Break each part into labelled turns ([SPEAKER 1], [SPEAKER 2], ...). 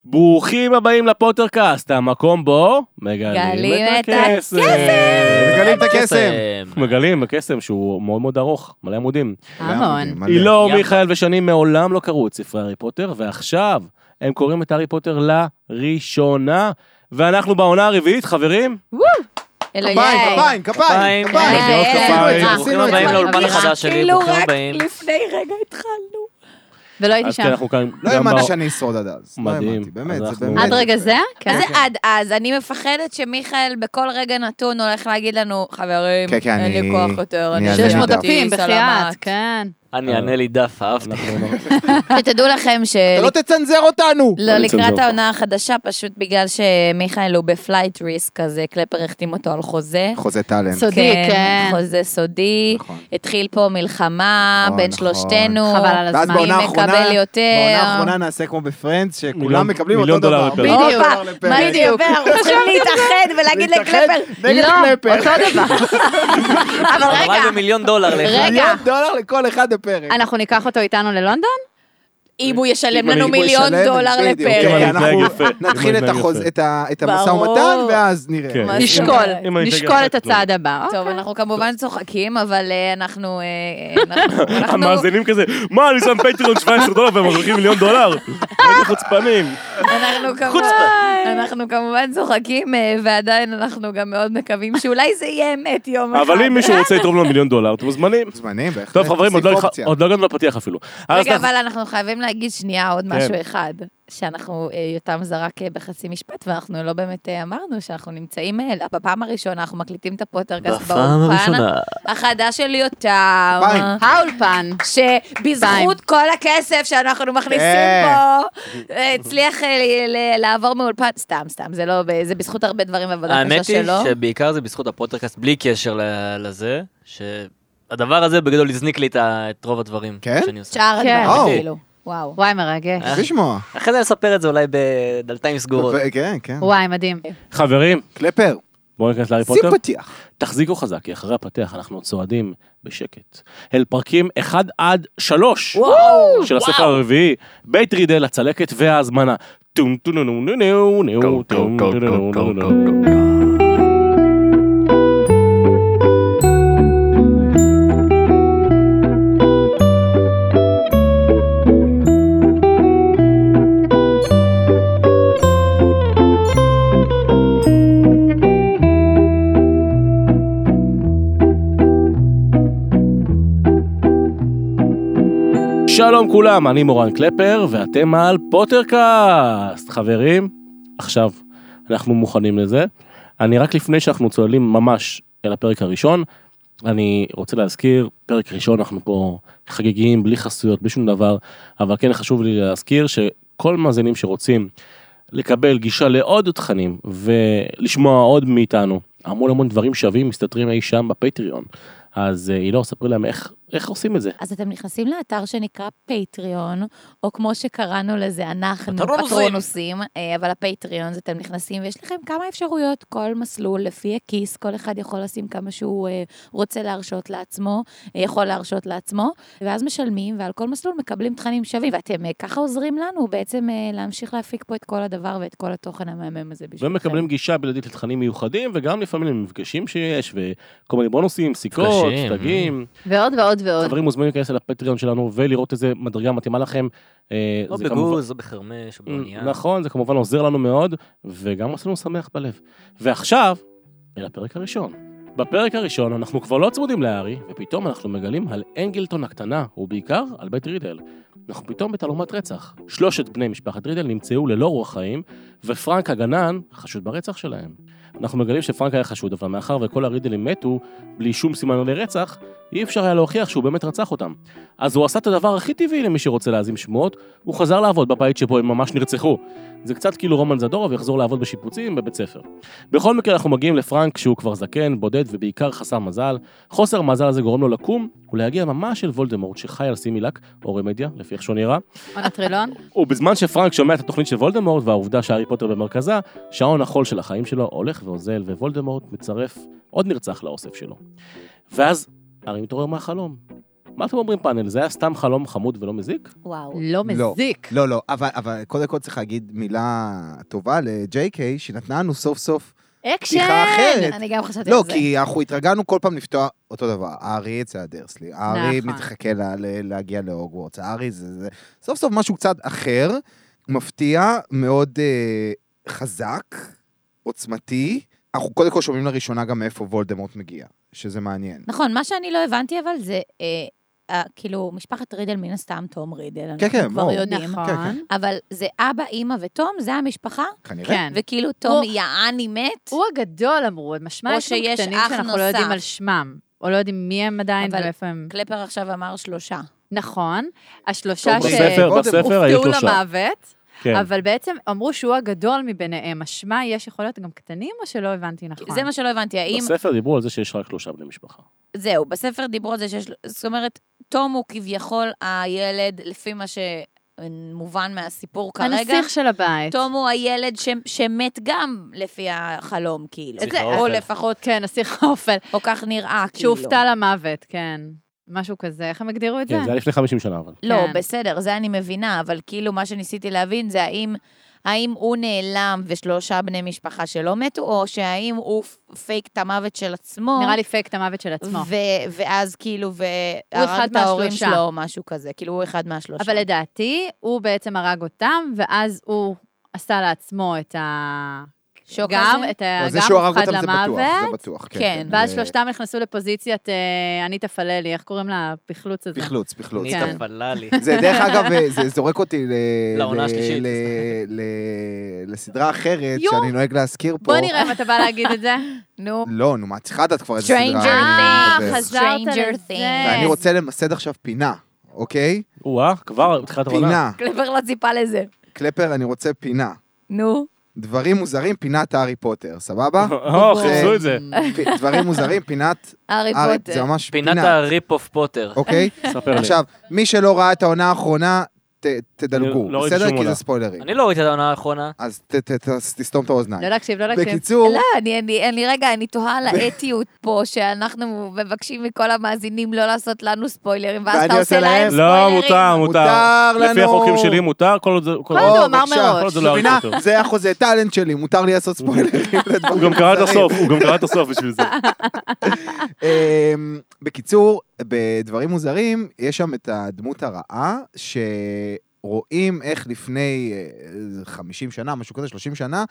[SPEAKER 1] ברוכים הבאים לפוטרקאסט, המקום בו מגלים את הקסם.
[SPEAKER 2] מגלים את הקסם.
[SPEAKER 1] מגלים הקסם שהוא מאוד מאוד ארוך, מלא עמודים.
[SPEAKER 3] המון.
[SPEAKER 1] אילו, מיכאל ושני מעולם לא קראו את ספרי הארי פוטר, ועכשיו הם קוראים את הארי פוטר לראשונה, ואנחנו בעונה הרביעית, חברים.
[SPEAKER 2] כפיים.
[SPEAKER 4] ברוכים הבאים לאולפן החדש שלי, ברוכים הבאים.
[SPEAKER 3] לפני רגע התחלנו. ולא הייתי שם.
[SPEAKER 2] לא האמנתי שאני אשרוד עד אז.
[SPEAKER 1] מדהים.
[SPEAKER 2] באמת, זה
[SPEAKER 1] אנחנו-
[SPEAKER 2] באמת.
[SPEAKER 3] עד רגע זה? כן.
[SPEAKER 4] זה עד אז, אני מפחדת שמיכאל בכל רגע נתון הולך להגיד לנו, חברים,
[SPEAKER 2] כן,
[SPEAKER 4] אין לי
[SPEAKER 2] אני-
[SPEAKER 4] כוח יותר,
[SPEAKER 2] אני
[SPEAKER 4] אני
[SPEAKER 2] אענה
[SPEAKER 3] 600
[SPEAKER 2] דף.
[SPEAKER 3] דפים, בחייאת,
[SPEAKER 4] סלמת.
[SPEAKER 3] כן.
[SPEAKER 4] אני אענה לי דף, אהבתי. שתדעו לכם
[SPEAKER 2] אתה לא תצנזר אותנו!
[SPEAKER 4] לא,
[SPEAKER 1] אני אצנזר
[SPEAKER 4] לקראת
[SPEAKER 1] אותך.
[SPEAKER 4] העונה החדשה, פשוט בגלל שמיכאל הוא בפלייט ריסק, אז קלפר החתים אותו על חוזה.
[SPEAKER 2] חוזה טאלנט.
[SPEAKER 3] סודי, כן.
[SPEAKER 4] חוזה סודי.
[SPEAKER 2] נכון.
[SPEAKER 4] התחיל פה מלחמה
[SPEAKER 2] נכון,
[SPEAKER 4] בין
[SPEAKER 2] נכון.
[SPEAKER 4] שלושתנו.
[SPEAKER 3] חבל על
[SPEAKER 2] ואז
[SPEAKER 3] הזמן.
[SPEAKER 2] בעונה
[SPEAKER 4] מי
[SPEAKER 2] האחרונה,
[SPEAKER 4] מקבל יותר.
[SPEAKER 2] בעונה האחרונה נעשה כמו בפרנדס,
[SPEAKER 1] מיליון-
[SPEAKER 2] שכולם מקבלים אותו
[SPEAKER 1] $1,000,000
[SPEAKER 2] דבר.
[SPEAKER 1] לפרק.
[SPEAKER 3] בדיוק.
[SPEAKER 2] $1,000,000 לפרק.
[SPEAKER 4] מה בדיוק? אנחנו צריכים להתאחד ולהגיד לקלפר.
[SPEAKER 2] נגד
[SPEAKER 3] לא,
[SPEAKER 2] קלפר.
[SPEAKER 3] אותו דבר. אבל רגע,
[SPEAKER 4] $1,000,000
[SPEAKER 3] רגע.
[SPEAKER 2] $1,000,000 לכל אחד בפרק.
[SPEAKER 3] אנחנו ניקח אותו איתנו ללונדון?
[SPEAKER 4] אם הוא ישלם
[SPEAKER 2] אם
[SPEAKER 4] לנו
[SPEAKER 2] הוא
[SPEAKER 4] $1,000,000
[SPEAKER 2] ישלם, בדיוק.
[SPEAKER 1] אם
[SPEAKER 4] לפרק.
[SPEAKER 1] אני
[SPEAKER 2] אנחנו
[SPEAKER 1] אתנהג יפה.
[SPEAKER 2] נתחיל
[SPEAKER 1] אם
[SPEAKER 2] את
[SPEAKER 1] אני
[SPEAKER 2] החוז-
[SPEAKER 1] אתנהג
[SPEAKER 2] את המשא ומתן,
[SPEAKER 4] ברור.
[SPEAKER 2] ואז נראה.
[SPEAKER 1] כן.
[SPEAKER 4] מה
[SPEAKER 3] נשקול,
[SPEAKER 1] אם אני
[SPEAKER 3] נשקול
[SPEAKER 1] אתנהג
[SPEAKER 3] את
[SPEAKER 1] יפה,
[SPEAKER 3] הצעד הבא.
[SPEAKER 4] טוב, אנחנו כמובן צוחקים, אבל אנחנו...
[SPEAKER 1] המאזינים כזה, מה, אני שם פטריון $17 והם מרוויחים $1,000,000? איזה חוצפנים.
[SPEAKER 4] אנחנו כמובן צוחקים, ועדיין אנחנו גם מאוד מקווים שאולי זה יהיה אמת יום אחד.
[SPEAKER 1] אבל אם מישהו רוצה לתרום לו $1,000,000, אתם מוזמנים.
[SPEAKER 2] זמנים, בהחלט.
[SPEAKER 1] טוב חברים, עוד
[SPEAKER 2] תוסיף אופציה.
[SPEAKER 1] לא הגענו לפתיח אפילו. אז
[SPEAKER 4] רגע, אבל אנחנו חייבים להגיד שנייה עוד
[SPEAKER 1] כן.
[SPEAKER 4] משהו אחד, שאנחנו, יותם זרק בחצי משפט, ואנחנו לא באמת אמרנו שאנחנו נמצאים, בפעם הראשונה אנחנו מקליטים את הפוטרקאסט באולפן החדש של יותם,
[SPEAKER 2] כפיים.
[SPEAKER 3] האולפן.
[SPEAKER 4] שבזכות כל הכסף שאנחנו מכניסים
[SPEAKER 2] כן.
[SPEAKER 4] פה, הצליח לעבור מאולפן, סתם, זה בזכות הרבה דברים עבודה קשה
[SPEAKER 5] האמת היא
[SPEAKER 4] שלו.
[SPEAKER 5] שבעיקר זה בזכות הפודקאסט, בלי קשר לזה, שהדבר הזה בגדול הזניק לי את רוב הדברים
[SPEAKER 2] כן?
[SPEAKER 5] שאני עושה.
[SPEAKER 4] שאר
[SPEAKER 3] כן.
[SPEAKER 4] הדברים
[SPEAKER 2] וואו.
[SPEAKER 4] כאילו, וואו.
[SPEAKER 3] וואי, מרגש.
[SPEAKER 2] צריך לשמוע.
[SPEAKER 5] אחרי זה נספר את זה אולי בדלתיים סגורות.
[SPEAKER 2] כן, כן.
[SPEAKER 3] וואי, מדהים.
[SPEAKER 1] חברים,
[SPEAKER 2] קלפר,
[SPEAKER 1] בואו ניכנס לארי
[SPEAKER 2] שים
[SPEAKER 1] פוטר.
[SPEAKER 2] פתיח.
[SPEAKER 1] תחזיקו חזק, כי אחרי הפתח אנחנו צועדים בשקט. אל פרקים 1-3 של הספר הרביעי, בית רידל, הצלקת וההזמנה. טום טום נו נו נו נו טום טום נו נו נו. שלום כולם, אני מורן קלפר, ואתם על פוטרקאסט. חברים, עכשיו אנחנו מוכנים לזה. אני רק לפני שאנחנו צוללים ממש אל הפרק הראשון, אני רוצה להזכיר, פרק ראשון אנחנו פה חגיגיים, בלי חסויות, בלי שום דבר, אבל כן חשוב לי להזכיר שכל מאזינים שרוצים לקבל גישה לעוד תכנים, ולשמוע עוד מאיתנו, המון דברים שווים מסתתרים אי שם בפטריון. אז אילור, ספרי להם איך עושים את זה.
[SPEAKER 4] אז אתם נכנסים לאתר שנקרא פטריון, או כמו שקראנו לזה, אנחנו
[SPEAKER 5] פטרונוסים.
[SPEAKER 4] פטרונוסים, אבל הפטריון, אתם נכנסים ויש לכם כמה אפשרויות, כל מסלול לפי הכיס, כל אחד יכול לשים כמה שהוא רוצה להרשות לעצמו, יכול להרשות לעצמו, ואז משלמים, ועל כל מסלול מקבלים תכנים שווים, ואתם ככה עוזרים לנו בעצם להמשיך להפיק פה את כל הדבר ואת כל התוכן המהמם הזה בשבילכם.
[SPEAKER 1] ומקבלים גישה בלעדית לתכנים מיוחדים, וגם לפעמים למפגשים שיש, וכל מיני בונוסים, סיכות,
[SPEAKER 5] מפגשים,
[SPEAKER 1] תגים.
[SPEAKER 3] ועוד ועוד ועוד.
[SPEAKER 1] חברים מוזמנים להיכנס לפטריון שלנו, ולראות איזה מדרגה מתאימה לכם.
[SPEAKER 5] או
[SPEAKER 1] זה כמובן-
[SPEAKER 5] בגוז, או בחרמש, או באונייה.
[SPEAKER 1] נכון, זה כמובן עוזר לנו מאוד, וגם עושה לנו שמח בלב. ועכשיו, אל הפרק הראשון. בפרק הראשון אנחנו כבר לא צמודים להארי, ופתאום אנחנו מגלים על אנגלטון הקטנה, ובעיקר על בית רידל. אנחנו פתאום בתעלומת רצח. 3 בני משפחת רידל נמצאו ללא רוח חיים, ופרנק הגנן חשוד ברצח שלהם. אנחנו מגלים שפרנק היה חשוד, אבל מאחר וכל הרידלים מתו, בלי שום סימן לרצח, אי אפשר היה להוכיח שהוא באמת רצח אותם. אז הוא עשה את הדבר הכי טבעי למי שרוצה להזים שמועות, הוא חזר לעבוד בבית שבו הם ממש נרצחו. זה קצת כאילו רומן זדורוב יחזור לעבוד בשיפוצים בבית ספר. בכל מקרה אנחנו מגיעים לפרנק שהוא כבר זקן, בודד ובעיקר חסר מזל. חוסר המזל הזה גורם לו לקום ולהגיע ממש אל וולדמורט שחי על סימילק, או רמדיה, לפי איך שהוא נראה.
[SPEAKER 3] או נטרילון?
[SPEAKER 1] ובזמן שפרנק שומע את התוכנית של וולדמורט והעובדה שהארי פוטר במרכזה, שעון החול של החיים שלו הולך ואוזל, ווולדמורט מצרף עוד נרצח לאוסף שלו. ואז הארי מתעורר מהחלום. מה אתם אומרים פאנל? זה היה סתם חלום חמוד ולא מזיק?
[SPEAKER 4] וואו.
[SPEAKER 3] לא מזיק.
[SPEAKER 2] לא, אבל קודם כל צריך להגיד מילה טובה ל-JK, שנתנה לנו סוף סוף פתיחה אחרת.
[SPEAKER 4] אני גם חשבתי
[SPEAKER 2] לא,
[SPEAKER 4] על זה.
[SPEAKER 2] כי אנחנו התרגלנו כל פעם לפתוח אותו דבר. הארי אצל הדרסלי, הארי
[SPEAKER 3] נכון.
[SPEAKER 2] מתחכה להגיע להוגוורטס, הארי זה סוף סוף משהו קצת אחר, מפתיע, מאוד חזק, עוצמתי. אנחנו קודם כל שומעים לראשונה גם מאיפה וולדמורט מגיע, שזה מעניין.
[SPEAKER 4] נכון, מה שאני לא הבנתי אבל זה, כאילו, משפחת רידל מן הסתם תום רידל,
[SPEAKER 2] כן,
[SPEAKER 4] אנחנו כבר
[SPEAKER 2] ברור.
[SPEAKER 4] יודעים.
[SPEAKER 3] נכון.
[SPEAKER 2] כן.
[SPEAKER 4] אבל זה אבא, אמא ותום, זה המשפחה,
[SPEAKER 2] כנראה.
[SPEAKER 3] כן.
[SPEAKER 4] וכאילו תום
[SPEAKER 3] הוא-
[SPEAKER 4] יעני מת.
[SPEAKER 3] הוא הגדול אמרו, משמע
[SPEAKER 4] או
[SPEAKER 3] יש שם
[SPEAKER 4] שיש
[SPEAKER 3] קטנים
[SPEAKER 4] אח
[SPEAKER 3] שאנחנו
[SPEAKER 4] נוסף.
[SPEAKER 3] לא יודעים על שמם, או לא יודעים מי הם עדיין
[SPEAKER 4] אבל-
[SPEAKER 3] ואיפה הם.
[SPEAKER 4] קלפר עכשיו אמר 3.
[SPEAKER 3] נכון, השלושה
[SPEAKER 2] טוב,
[SPEAKER 1] בספר היו
[SPEAKER 3] שהופתעו
[SPEAKER 1] 3.
[SPEAKER 3] למוות,
[SPEAKER 1] כן.
[SPEAKER 3] אבל בעצם אמרו שהוא הגדול מביניהם, משמע יש יכול להיות גם קטנים או שלא הבנתי נכון?
[SPEAKER 4] זה מה שלא הבנתי, האם...
[SPEAKER 1] בספר דיברו על זה שיש רק 3 בני משפחה.
[SPEAKER 4] זהו, בספר דיברו על זה שיש... זאת אומרת, תום הוא כביכול הילד, לפי מה שמובן מהסיפור כרגע.
[SPEAKER 3] הנסיך של הבית.
[SPEAKER 4] תום הוא הילד שמת גם לפי החלום, כאילו.
[SPEAKER 1] נסיך
[SPEAKER 4] זה, או
[SPEAKER 1] האופל.
[SPEAKER 4] לפחות,
[SPEAKER 3] כן, נסיך האופל.
[SPEAKER 4] או כך נראה, כאילו.
[SPEAKER 3] שהופתע למוות, כן. משהו כזה, איך הם הגדירו את זה?
[SPEAKER 1] כן, זה היה לפני 50 שנה, אבל.
[SPEAKER 4] לא,
[SPEAKER 3] כן.
[SPEAKER 4] בסדר, זה אני מבינה, אבל כאילו מה שניסיתי להבין זה האם הוא נעלם ושלושה בני משפחה שלא מתו, או שהאם הוא פייק את המוות של עצמו.
[SPEAKER 3] נראה לי פייק את המוות של עצמו.
[SPEAKER 4] ואז כאילו,
[SPEAKER 3] אחד
[SPEAKER 4] והרג את ההורים
[SPEAKER 3] מהשלושה.
[SPEAKER 4] שלו או משהו כזה, כאילו הוא אחד מהשלושה.
[SPEAKER 3] אבל לדעתי, הוא בעצם הרג אותם, ואז הוא עשה לעצמו את ה...
[SPEAKER 4] שוק
[SPEAKER 3] גם
[SPEAKER 4] הזה?
[SPEAKER 3] את ה...
[SPEAKER 2] זה
[SPEAKER 3] גם
[SPEAKER 2] שהוא הרג
[SPEAKER 3] הופחד
[SPEAKER 2] אותם זה בטוח,
[SPEAKER 3] למוות,
[SPEAKER 2] זה בטוח.
[SPEAKER 4] כן.
[SPEAKER 3] ואז שלושתם נכנסו לפוזיציית אניטה פללי, איך קוראים לה? פחלוץ הזה.
[SPEAKER 2] פחלוץ.
[SPEAKER 5] אני
[SPEAKER 3] כן.
[SPEAKER 5] תפללי.
[SPEAKER 2] זה דרך אגב, זה זורק אותי
[SPEAKER 5] לעונה השלישית.
[SPEAKER 2] לסדרה אחרת,
[SPEAKER 3] יו.
[SPEAKER 2] שאני נוהג להזכיר פה.
[SPEAKER 3] בוא נראה אם אתה בא להגיד את זה.
[SPEAKER 4] נו,
[SPEAKER 2] לא, נו, מה, צריכה לדעת כבר איזה סדרה.
[SPEAKER 4] Stranger
[SPEAKER 2] אני
[SPEAKER 4] Things.
[SPEAKER 2] מדבר.
[SPEAKER 3] חזרת
[SPEAKER 4] Stranger
[SPEAKER 3] לזה.
[SPEAKER 4] Things.
[SPEAKER 2] ואני רוצה למסד עכשיו פינה, אוקיי?
[SPEAKER 1] כבר התחילת העונה.
[SPEAKER 2] פינה.
[SPEAKER 4] קלבר לא ציפה לזה.
[SPEAKER 2] קלפר, אני רוצה פינה.
[SPEAKER 4] נו.
[SPEAKER 2] דברים מוזרים, פינת הארי פוטר, סבבה?
[SPEAKER 1] חיפשו את זה.
[SPEAKER 2] דברים מוזרים, פינת
[SPEAKER 4] הארי
[SPEAKER 2] הארי,
[SPEAKER 4] פוטר.
[SPEAKER 2] זה ממש
[SPEAKER 5] פינת
[SPEAKER 2] פינה,
[SPEAKER 5] הריפ אוף פוטר.
[SPEAKER 2] אוקיי?
[SPEAKER 1] ספר לי.
[SPEAKER 2] עכשיו, מי שלא ראה את העונה האחרונה, תדלגו,
[SPEAKER 1] אני לא ראיתי
[SPEAKER 2] בסדר?
[SPEAKER 1] שום
[SPEAKER 2] כי
[SPEAKER 1] עונה.
[SPEAKER 2] זה ספוילרים.
[SPEAKER 5] אני לא ראיתי את העונה האחרונה.
[SPEAKER 2] אז תסתום את האוזניים.
[SPEAKER 3] לא להקשיב, לא להקשיב.
[SPEAKER 2] בקיצור,
[SPEAKER 4] לא, אני תוהה על האתיות פה, שאנחנו מבקשים מכל המאזינים לא לעשות לנו ספוילרים, ואז
[SPEAKER 2] ואני
[SPEAKER 4] אתה עושה
[SPEAKER 2] עושה להם?
[SPEAKER 4] להם
[SPEAKER 1] לא,
[SPEAKER 4] ספוילרים.
[SPEAKER 2] מותר לנו.
[SPEAKER 1] לפי החוקים שלי מותר, כל עוד זה...
[SPEAKER 3] כל עוד הוא אמר
[SPEAKER 2] בבקשה.
[SPEAKER 3] מראש.
[SPEAKER 1] כל עוד זה לא הארי
[SPEAKER 2] מבינה?
[SPEAKER 1] פוטר.
[SPEAKER 2] זה החוזה טאלנט שלי, מותר לי לעשות ספוילרים.
[SPEAKER 1] הוא גם קרא את הסוף, הוא גם קרא את הסוף בשביל זה.
[SPEAKER 2] בקיצור, בדברים מוזרים, יש שם את הדמות הרעה, שרואים איך לפני 50 שנה, משהו כזה, 30 שנה,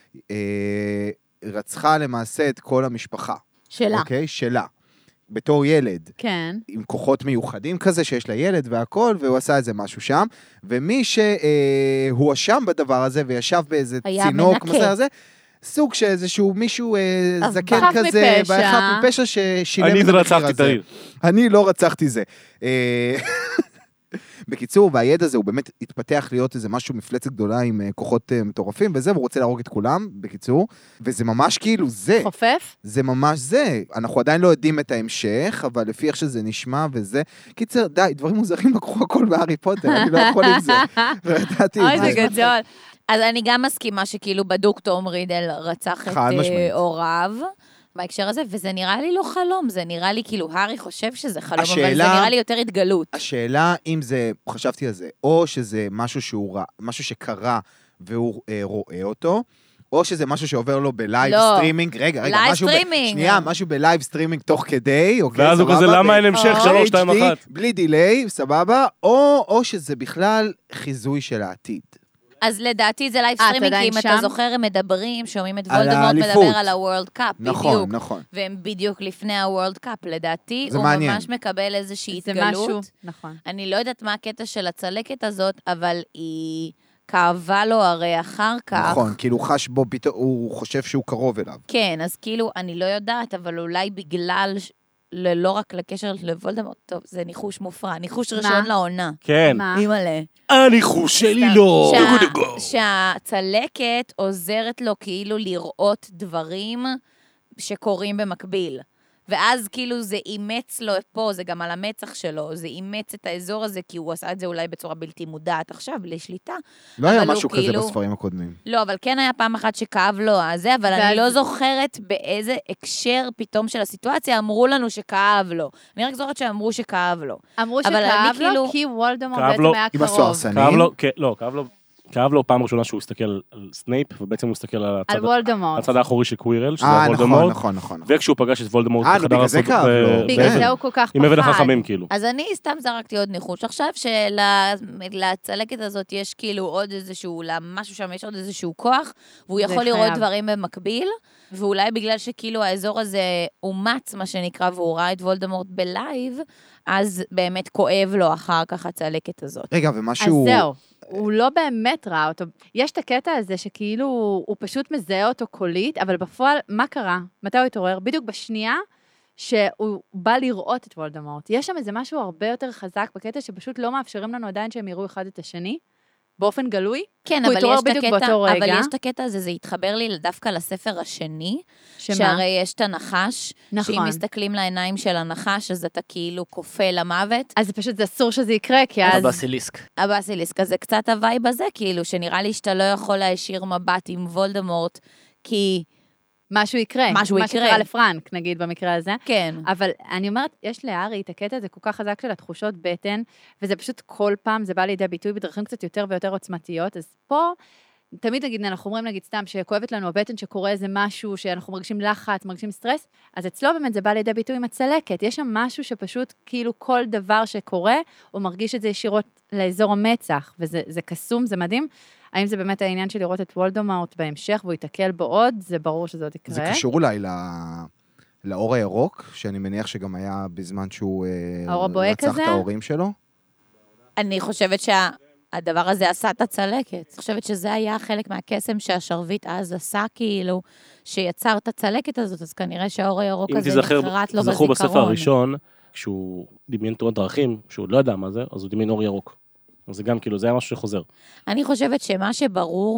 [SPEAKER 2] רצחה למעשה את כל המשפחה.
[SPEAKER 4] שלה.
[SPEAKER 2] אוקיי? שלה. בתור ילד.
[SPEAKER 3] כן.
[SPEAKER 2] עם כוחות מיוחדים כזה, שיש לה ילד והכל, והוא עשה איזה משהו שם, ומי שהואשם בדבר הזה, וישב באיזה
[SPEAKER 4] היה
[SPEAKER 2] צינוק,
[SPEAKER 4] מנקה.
[SPEAKER 2] מסע הזה, סוג שאיזשהו מישהו זקן
[SPEAKER 3] חף
[SPEAKER 2] כזה,
[SPEAKER 3] מפשע.
[SPEAKER 2] חף מפשע ששילם
[SPEAKER 1] אני
[SPEAKER 2] את
[SPEAKER 1] זה
[SPEAKER 2] המחיר
[SPEAKER 1] רצחתי את
[SPEAKER 2] הזה.
[SPEAKER 1] העיר.
[SPEAKER 2] אני לא רצחתי זה. בקיצור, והידע הזה הוא באמת התפתח להיות איזה משהו מפלצת גדולה עם כוחות מטורפים, וזה, והוא רוצה להרוג את כולם, בקיצור, וזה ממש כאילו זה.
[SPEAKER 3] חופף?
[SPEAKER 2] זה ממש זה. אנחנו עדיין לא יודעים את ההמשך, אבל לפי איך שזה נשמע וזה. קיצר, די, דברים מוזרים לקחו הכל בהארי פוטר, אני לא יכול עם זה. לא ידעתי
[SPEAKER 3] אוי,
[SPEAKER 2] את
[SPEAKER 3] זה
[SPEAKER 2] זה.
[SPEAKER 3] גדול.
[SPEAKER 4] אז אני גם מסכימה שכאילו בדוק תום רידל רצח את
[SPEAKER 2] חד משמעית.
[SPEAKER 4] הוריו. בהקשר הזה, וזה נראה לי לא חלום, זה נראה לי כאילו, הארי חושב שזה חלום, אבל זה
[SPEAKER 2] השאלה-
[SPEAKER 4] נראה לי יותר התגלות.
[SPEAKER 2] השאלה אם זה, חשבתי על זה, או שזה משהו שהוא רע, משהו שקרה והוא רואה אותו, או שזה משהו שעובר לו בלייב
[SPEAKER 4] לא.
[SPEAKER 2] סטרימינג, רגע,
[SPEAKER 4] לייב
[SPEAKER 2] משהו
[SPEAKER 4] סטרימינג.
[SPEAKER 2] שנייה, משהו בלייב סטרימינג תוך כדי, אוקיי,
[SPEAKER 1] ואז הוא כזה, למה אין המשך?
[SPEAKER 4] או.
[SPEAKER 1] 3, 2, 1.
[SPEAKER 2] בלי דיליי, סבבה, או שזה בכלל חיזוי של העתיד.
[SPEAKER 4] אז לדעתי זה לייב
[SPEAKER 3] אתה
[SPEAKER 4] סטרימינג, כי
[SPEAKER 3] עדיין
[SPEAKER 4] אם אתה
[SPEAKER 3] שם?
[SPEAKER 4] זוכר, הם מדברים, שומעים את
[SPEAKER 2] על
[SPEAKER 4] וולדמורט
[SPEAKER 2] האליפות.
[SPEAKER 4] מדבר על הוורלד קאפ,
[SPEAKER 2] נכון,
[SPEAKER 4] בדיוק.
[SPEAKER 2] נכון.
[SPEAKER 4] והם בדיוק לפני הוורלד קאפ, לדעתי,
[SPEAKER 2] זה
[SPEAKER 4] הוא
[SPEAKER 2] מעניין.
[SPEAKER 4] ממש מקבל איזושהי
[SPEAKER 3] זה משהו,
[SPEAKER 4] התגלות.
[SPEAKER 3] נכון.
[SPEAKER 4] אני לא יודעת מה הקטע של הצלקת הזאת, אבל היא כאבה לו הרי אחר כך.
[SPEAKER 2] נכון, כאילו הוא חש בו, פתאום, הוא חושב שהוא קרוב אליו.
[SPEAKER 4] כן, אז כאילו, אני לא יודעת, אבל אולי בגלל, לא רק לקשר לוולדמורט, טוב, זה ניחוש מופרע, ניחוש ראשון לעונה.
[SPEAKER 1] כן.
[SPEAKER 3] מה?
[SPEAKER 4] אימא'לה.
[SPEAKER 1] הניחוש שלי לא.
[SPEAKER 4] שהצלקת עוזרת לו כאילו לראות דברים שקורים במקביל. ואז כאילו זה אימץ לו פה, זה גם על המצח שלו, זה אימץ את האזור הזה, כי הוא עשה את זה אולי בצורה בלתי מודעת עכשיו, בלי שליטה.
[SPEAKER 2] לא היה
[SPEAKER 4] אבל הוא
[SPEAKER 2] משהו כזה
[SPEAKER 4] כאילו-
[SPEAKER 2] בספרים הקודמים.
[SPEAKER 4] לא, אבל כן היה פעם אחת שכאב לו הזה, אבל אני לא זוכרת באיזה הקשר פתאום של הסיטואציה, אמרו לנו שכאב לו. אני רק זוכרת שאמרו שכאב לו.
[SPEAKER 3] אמרו
[SPEAKER 4] אבל אני
[SPEAKER 3] שכאב
[SPEAKER 4] כאילו-
[SPEAKER 3] לו, כי וולדמורט
[SPEAKER 1] כאב
[SPEAKER 3] בעצם
[SPEAKER 1] לו
[SPEAKER 3] היה
[SPEAKER 2] עם
[SPEAKER 3] קרוב.
[SPEAKER 2] הסוהרסנים.
[SPEAKER 1] כאב לו פעם ראשונה שהוא הסתכל על סנייפ, ובעצם הוא הסתכל על
[SPEAKER 3] על וולדמורט.
[SPEAKER 1] הצד האחורי של קווירל, שזה
[SPEAKER 2] נכון,
[SPEAKER 1] וולדמורט,
[SPEAKER 2] נכון.
[SPEAKER 1] וכשהוא פגש את וולדמורט
[SPEAKER 2] נו,
[SPEAKER 1] בחדר
[SPEAKER 2] בגלל זה
[SPEAKER 1] הסוד,
[SPEAKER 2] כאב לו.
[SPEAKER 3] בגלל
[SPEAKER 2] כן.
[SPEAKER 3] זה הוא כל כך פחד.
[SPEAKER 1] עם אבן החכמים, כאילו.
[SPEAKER 4] אז אני סתם זרקתי עוד ניחוש. עכשיו שלצלקת הזאת יש כאילו עוד איזשהו, למשהו שם יש עוד איזשהו כוח, והוא
[SPEAKER 3] זה
[SPEAKER 4] יכול לראות
[SPEAKER 3] חייב.
[SPEAKER 4] דברים במקביל, ואולי בגלל שכאילו האזור הזה אומץ, מה שנקרא, והוא ראה את וולדמורט בלייב, אז באמת כואב לו אחר כך הצלקת הזאת.
[SPEAKER 2] רגע,
[SPEAKER 3] אז
[SPEAKER 2] ומשהו...
[SPEAKER 3] זהו, הוא לא באמת ראה אותו. יש את הקטע הזה שכאילו הוא פשוט מזהה אותו קולית, אבל בפועל, מה קרה? מתי הוא התעורר? בדיוק בשנייה שהוא בא לראות את וולדמורט. יש שם איזה משהו הרבה יותר חזק בקטע שפשוט לא מאפשרים לנו עדיין שהם יראו אחד את השני, באופן גלוי.
[SPEAKER 4] כן,
[SPEAKER 3] הוא
[SPEAKER 4] אבל
[SPEAKER 3] התעורר
[SPEAKER 4] יש,
[SPEAKER 3] בדיוק
[SPEAKER 4] הקטע,
[SPEAKER 3] באותו רגע.
[SPEAKER 4] אבל יש את הקטע הזה, זה התחבר לי דווקא לספר השני,
[SPEAKER 3] שמה?
[SPEAKER 4] שהרי יש את הנחש,
[SPEAKER 3] נכון.
[SPEAKER 4] שאם מסתכלים לעיניים של הנחש, אז אתה כאילו כופה למוות.
[SPEAKER 3] אז זה פשוט, זה אסור שזה יקרה, כי אז...
[SPEAKER 5] הבסיליסק.
[SPEAKER 4] הבסיליסק, אז זה קצת הווייב הזה, כאילו, שנראה לי שאתה לא יכול להישיר מבט עם וולדמורט, כי...
[SPEAKER 3] משהו יקרה.
[SPEAKER 4] משהו
[SPEAKER 3] מה
[SPEAKER 4] יקרה.
[SPEAKER 3] שקרה לפרנק, נגיד, במקרה הזה.
[SPEAKER 4] כן.
[SPEAKER 3] אבל אני אומרת, יש להארי את הקטע הזה כל כך חזק של התחושות בטן, וזה פשוט כל פעם, זה בא לידי ביטוי בדרכים קצת יותר ויותר עוצמתיות, אז פה, תמיד נגיד, אנחנו אומרים נגיד סתם, שכואבת לנו הבטן שקורה איזה משהו, שאנחנו מרגישים לחץ, מרגישים סטרס, אז אצלו באמת זה בא לידי ביטוי עם הצלקת, יש שם משהו שפשוט כאילו כל דבר שקורה, הוא מרגיש את זה ישירות לאזור המצח, וזה קסום, זה מדהים. האם זה באמת העניין של לראות את וולדמורט בהמשך, והוא יתקל בו עוד, זה ברור שזה עוד יקרה.
[SPEAKER 2] זה קשור אולי לאור הירוק, שאני מניח שגם היה בזמן שהוא
[SPEAKER 3] האור הבוהק
[SPEAKER 2] רצח
[SPEAKER 3] הזה?
[SPEAKER 2] את ההורים שלו.
[SPEAKER 4] אני חושבת שהדבר הזה עשה את הצלקת. אני חושבת שזה היה חלק מהקסם שהשרביט אז עשה, כאילו, שיצר את הצלקת הזאת, אז כנראה שהאור הירוק
[SPEAKER 1] אם
[SPEAKER 4] הזה
[SPEAKER 1] תזכרו
[SPEAKER 4] נחרט לו
[SPEAKER 1] בספר
[SPEAKER 4] בזיכרון.
[SPEAKER 1] הראשון, כשהוא דמיין תאונת דרכים, שהוא לא ידע מה זה, אז הוא דמיין אור ירוק. אז זה גם כאילו, זה היה משהו שחוזר.
[SPEAKER 4] אני חושבת שמה שברור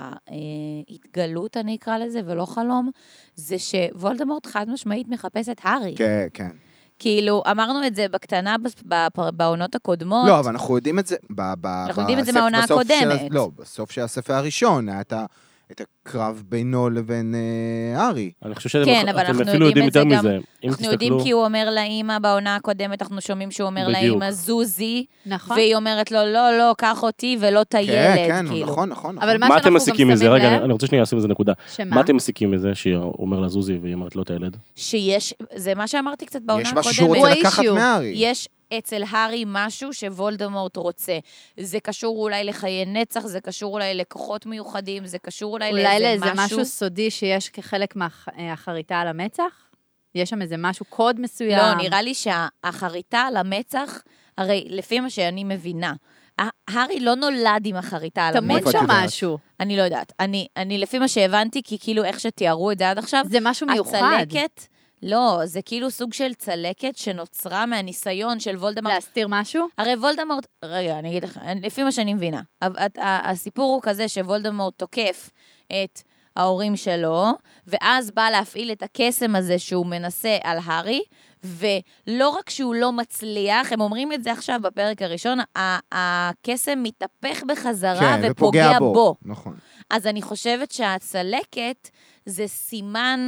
[SPEAKER 4] מההתגלות, אני אקרא לזה, ולא חלום, זה שוולדמורט חד משמעית מחפש את הארי.
[SPEAKER 2] כן, כן.
[SPEAKER 4] כאילו, אמרנו את זה בקטנה בעונות הקודמות.
[SPEAKER 2] לא, אבל אנחנו יודעים את זה...
[SPEAKER 4] אנחנו יודעים את זה מהעונה הקודמת.
[SPEAKER 2] לא, בסוף של הספר הראשון, היה את הקרב בינו לבין הארי.
[SPEAKER 1] אני חושב
[SPEAKER 4] כן, אבל
[SPEAKER 1] שאתם
[SPEAKER 4] אנחנו
[SPEAKER 1] אפילו יודעים
[SPEAKER 4] יודעים
[SPEAKER 1] יותר
[SPEAKER 4] את זה גם-
[SPEAKER 1] מזה. אם
[SPEAKER 4] אנחנו יודעים
[SPEAKER 1] תסתכלו,
[SPEAKER 4] כי הוא אומר לאמא בעונה הקודמת, אנחנו שומעים שהוא אומר
[SPEAKER 1] בדיוק.
[SPEAKER 4] לאמא זוזי,
[SPEAKER 3] נכון.
[SPEAKER 4] והיא אומרת לו, לא, קח אותי ולא את הילד,
[SPEAKER 2] כן,
[SPEAKER 4] כאילו.
[SPEAKER 2] נכון.
[SPEAKER 3] אבל מה
[SPEAKER 1] מה אתם
[SPEAKER 3] שאנחנו גם
[SPEAKER 1] מסיקים מזה?
[SPEAKER 3] שמים
[SPEAKER 1] רגע,
[SPEAKER 3] לב,
[SPEAKER 1] אני רוצה שנייה לשים איזה נקודה.
[SPEAKER 3] שמה?
[SPEAKER 1] מה אתם מסיקים מזה שהיא אומר לה זוזי והיא אומרת לא את הילד?
[SPEAKER 4] שיש, זה מה שאמרתי קצת בעונה
[SPEAKER 2] יש
[SPEAKER 4] הקודמת.
[SPEAKER 2] משהו שהוא
[SPEAKER 3] הוא
[SPEAKER 2] רוצה לקחת
[SPEAKER 3] האישיו.
[SPEAKER 2] מהארי.
[SPEAKER 4] יש אצל הארי משהו שוולדמורט רוצה. זה קשור אולי לחיי נצח, זה קשור אולי לכוחות מיוחדים, זה קשור אולי
[SPEAKER 3] אולי
[SPEAKER 4] לאיזה
[SPEAKER 3] לאיזה משהו סודי שיש כחלק מהחריטה על המצח? יש שם איזה משהו, קוד מסוים?
[SPEAKER 4] לא, נראה לי שהחריטה על המצח, הרי לפי מה שאני מבינה, הארי לא נולד עם החריטה על
[SPEAKER 3] תמות
[SPEAKER 2] מאיפה את
[SPEAKER 3] שם
[SPEAKER 2] יודעת?
[SPEAKER 3] משהו.
[SPEAKER 4] אני לא יודעת. אני לפי מה שהבנתי, כי כאילו איך שתיארו את זה עד עכשיו,
[SPEAKER 3] זה משהו מיוחד.
[SPEAKER 4] הצלקת, לא, זה כאילו סוג של צלקת שנוצרה מהניסיון של וולדמורט.
[SPEAKER 3] להסתיר משהו?
[SPEAKER 4] הרי וולדמורט, רגע, אני אגיד לך, לפי מה שאני מבינה, הסיפור הוא כזה שוולדמורט תוקף את ההורים שלו, ואז בא להפעיל את הקסם הזה שהוא מנסה על הארי, ולא רק שהוא לא מצליח, הם אומרים את זה עכשיו בפרק הראשון, הקסם מתהפך בחזרה
[SPEAKER 2] כן,
[SPEAKER 4] ופוגע בו.
[SPEAKER 2] נכון.
[SPEAKER 4] אז אני חושבת שהצלקת זה סימן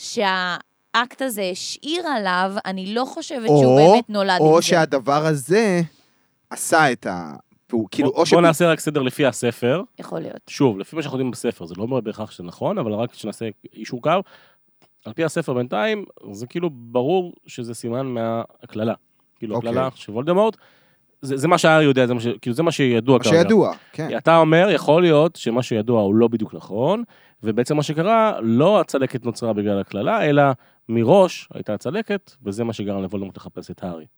[SPEAKER 4] שהאקט הזה השאיר עליו, אני לא חושבת שהוא באמת נולד עם זה.
[SPEAKER 2] או שהדבר הזה עשה את כאילו, או
[SPEAKER 1] בוא נעשה רק סדר לפי הספר.
[SPEAKER 4] יכול להיות.
[SPEAKER 1] שוב, לפי מה שאנחנו יודעים בספר, זה לא אומר בהכרח שזה נכון, אבל רק שנעשה אישור קו. על פי הספר בינתיים, זה כאילו ברור שזה סימן מהכללה. כאילו,
[SPEAKER 2] אוקיי.
[SPEAKER 1] הכללה של וולדמורט, זה מה שהארי יודע, כאילו זה מה שידוע
[SPEAKER 2] מה
[SPEAKER 1] כרגע.
[SPEAKER 2] שידוע, כן.
[SPEAKER 1] אתה אומר, יכול להיות שמה שידוע הוא לא בדיוק נכון, ובעצם מה שקרה, לא הצלקת נוצרה בגלל הכללה, אלא מראש הייתה הצלקת, וזה מה שגרם לוולדמורט לחפש את הארי.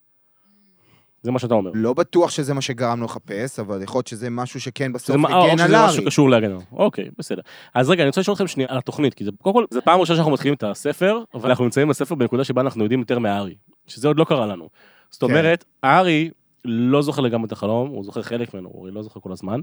[SPEAKER 1] זה מה שאתה אומר.
[SPEAKER 2] לא בטוח שזה מה שגרם לו לחפש, אבל יכול להיות שזה משהו שכן בסוף
[SPEAKER 1] או
[SPEAKER 2] הגן על
[SPEAKER 1] שזה
[SPEAKER 2] הארי.
[SPEAKER 1] משהו שקשור להגנה. אוקיי, בסדר. אז רגע, אני רוצה לשאול אתכם שנייה על התוכנית, כי קודם כל, זה פעם ראשונה שאנחנו מתחילים את הספר, אבל אנחנו נמצאים בספר בנקודה שבה אנחנו יודעים יותר מהארי, שזה עוד לא קרה לנו. זאת אומרת, הארי לא זוכר לגמרי את החלום, הוא זוכר חלק ממנו, הוא לא זוכר כל הזמן.